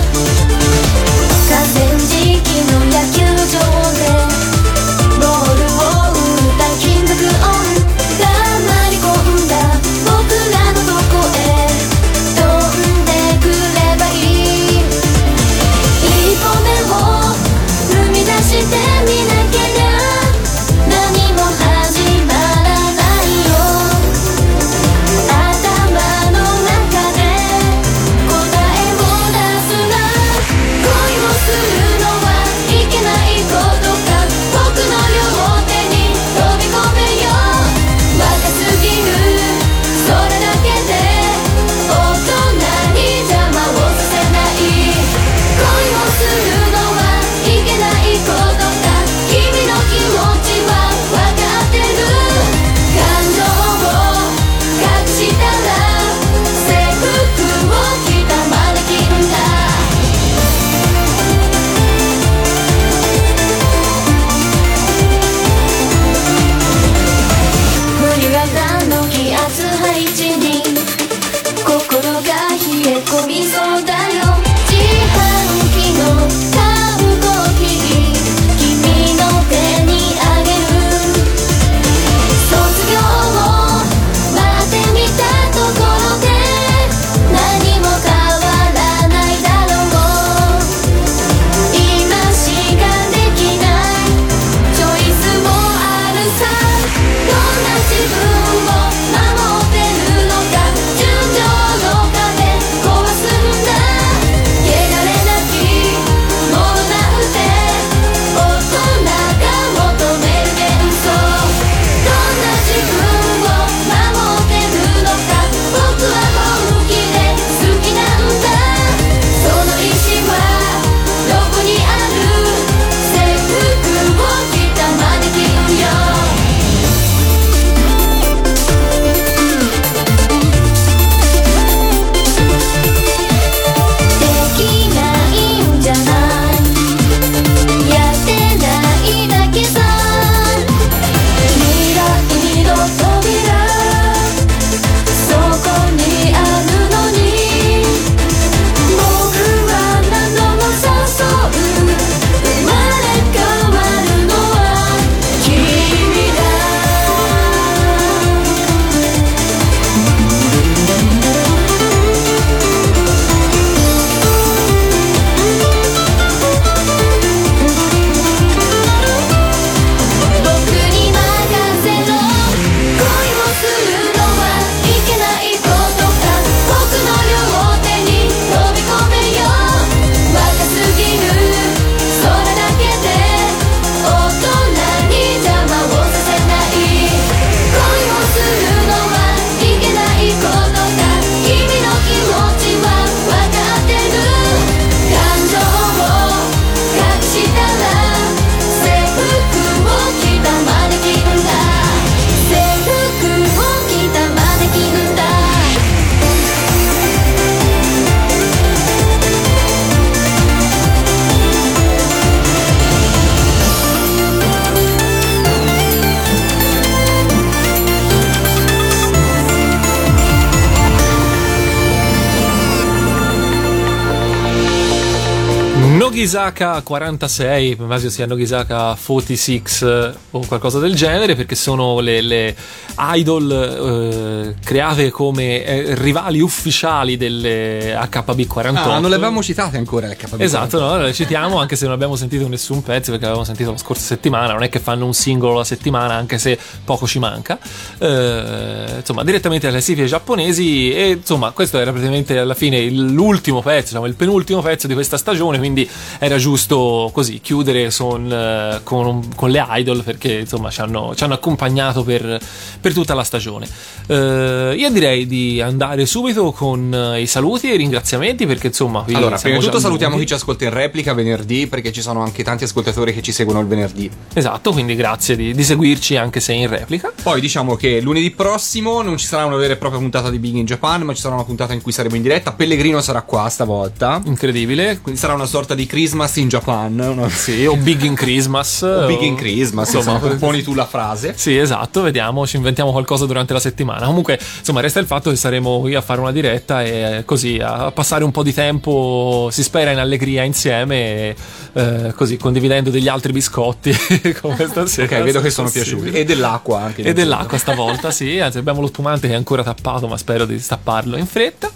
[SPEAKER 1] Nogisaka 46, immagino sia Nogisaka 46 o qualcosa del genere, perché sono le idol create come rivali ufficiali delle HB48.
[SPEAKER 2] Non le abbiamo citate ancora le HB48.
[SPEAKER 1] Esatto, no, le citiamo anche se non abbiamo sentito nessun pezzo, perché l'avevamo sentito la scorsa settimana. Non è che fanno un singolo la settimana, anche se poco ci manca. Insomma, direttamente dalle classifiche giapponesi, e insomma questo era praticamente alla fine l'ultimo pezzo, diciamo il penultimo pezzo di questa stagione, quindi era giusto così chiudere con le idol, perché insomma ci hanno accompagnato per tutta la stagione. Io direi di andare subito con i saluti e i ringraziamenti, perché insomma
[SPEAKER 2] allora, prima di tutto salutiamo chi ci ascolta in replica venerdì, perché ci sono anche tanti ascoltatori che ci seguono il venerdì.
[SPEAKER 1] Esatto, quindi grazie di seguirci anche se in replica.
[SPEAKER 2] Poi diciamo che lunedì prossimo non ci sarà una vera e propria puntata di Big in Japan, ma ci sarà una puntata in cui saremo in diretta. Pellegrino sarà qua stavolta,
[SPEAKER 1] incredibile,
[SPEAKER 2] quindi sarà una sorta di Christmas in Japan,
[SPEAKER 1] sì, o Big in Christmas
[SPEAKER 2] o Big in Christmas, insomma, componi tu la frase.
[SPEAKER 1] Sì, esatto, vediamo, ci inventiamo qualcosa durante la settimana. Comunque, insomma, resta il fatto che saremo qui a fare una diretta e così a passare un po' di tempo, si spera, in allegria insieme, così condividendo degli altri biscotti come stasera.
[SPEAKER 2] Ok, vedo che sono piaciuti. E dell'acqua anche.
[SPEAKER 1] E dell'acqua stavolta, sì, anzi abbiamo lo spumante che è ancora tappato, ma spero di stapparlo in fretta.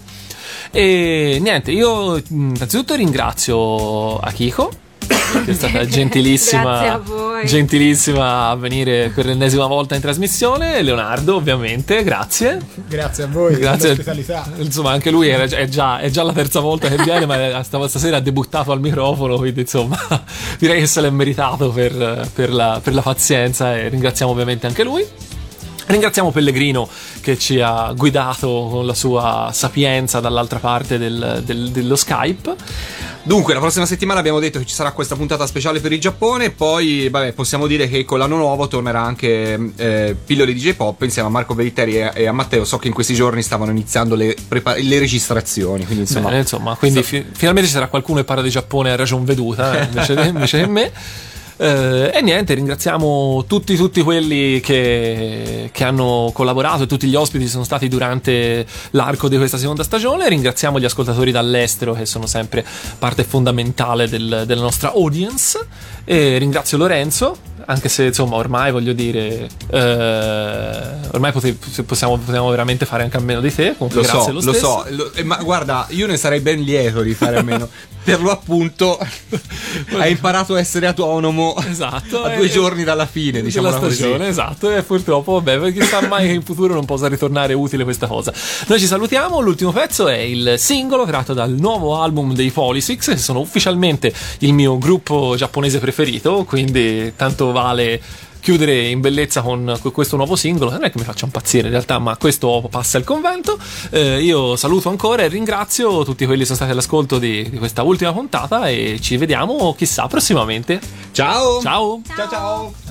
[SPEAKER 1] E niente, io innanzitutto ringrazio Akiko, che è stata gentilissima a venire per l'ennesima volta in trasmissione. Leonardo, ovviamente, grazie
[SPEAKER 7] a voi,
[SPEAKER 1] grazie
[SPEAKER 7] l'ospitalità.
[SPEAKER 1] Insomma, anche lui è già la terza volta che viene, ma stasera ha debuttato al microfono, quindi insomma direi che se l'è meritato per la pazienza, e ringraziamo ovviamente anche lui. Ringraziamo Pellegrino che ci ha guidato con la sua sapienza dall'altra parte dello Skype.
[SPEAKER 2] Dunque, la prossima settimana abbiamo detto che ci sarà questa puntata speciale per il Giappone. Poi, possiamo dire che con l'anno nuovo tornerà anche Pillole di J-Pop insieme a Marco Beritteri e a Matteo. So che in questi giorni stavano iniziando le registrazioni. Quindi, insomma,
[SPEAKER 1] bene, quindi finalmente ci sarà qualcuno che parla di Giappone a ragion veduta, invece che me. E niente, ringraziamo tutti quelli che hanno collaborato, e tutti gli ospiti che sono stati durante l'arco di questa seconda stagione. Ringraziamo gli ascoltatori dall'estero, che sono sempre parte fondamentale della nostra audience, e ringrazio Lorenzo, anche se insomma ormai voglio dire ormai possiamo veramente fare anche a meno di te. Comunque, grazie lo stesso.
[SPEAKER 2] Ma guarda, io ne sarei ben lieto di fare a meno. Per lo appunto hai imparato a essere autonomo,
[SPEAKER 1] esatto,
[SPEAKER 2] a 2 giorni dalla fine, diciamo,
[SPEAKER 1] della stagione, così. Esatto, e purtroppo vabbè, chissà mai che in futuro non possa ritornare utile questa cosa. Noi ci salutiamo. L'ultimo pezzo è il singolo tratto dal nuovo album dei Polysix, che sono ufficialmente il mio gruppo giapponese preferito, quindi tanto vale chiudere in bellezza con questo nuovo singolo. Non è che mi faccia impazzire in realtà, ma questo passa il convento. Io saluto ancora e ringrazio tutti quelli che sono stati all'ascolto di questa ultima puntata, e ci vediamo chissà prossimamente.
[SPEAKER 2] Ciao
[SPEAKER 1] ciao.
[SPEAKER 2] Ciao.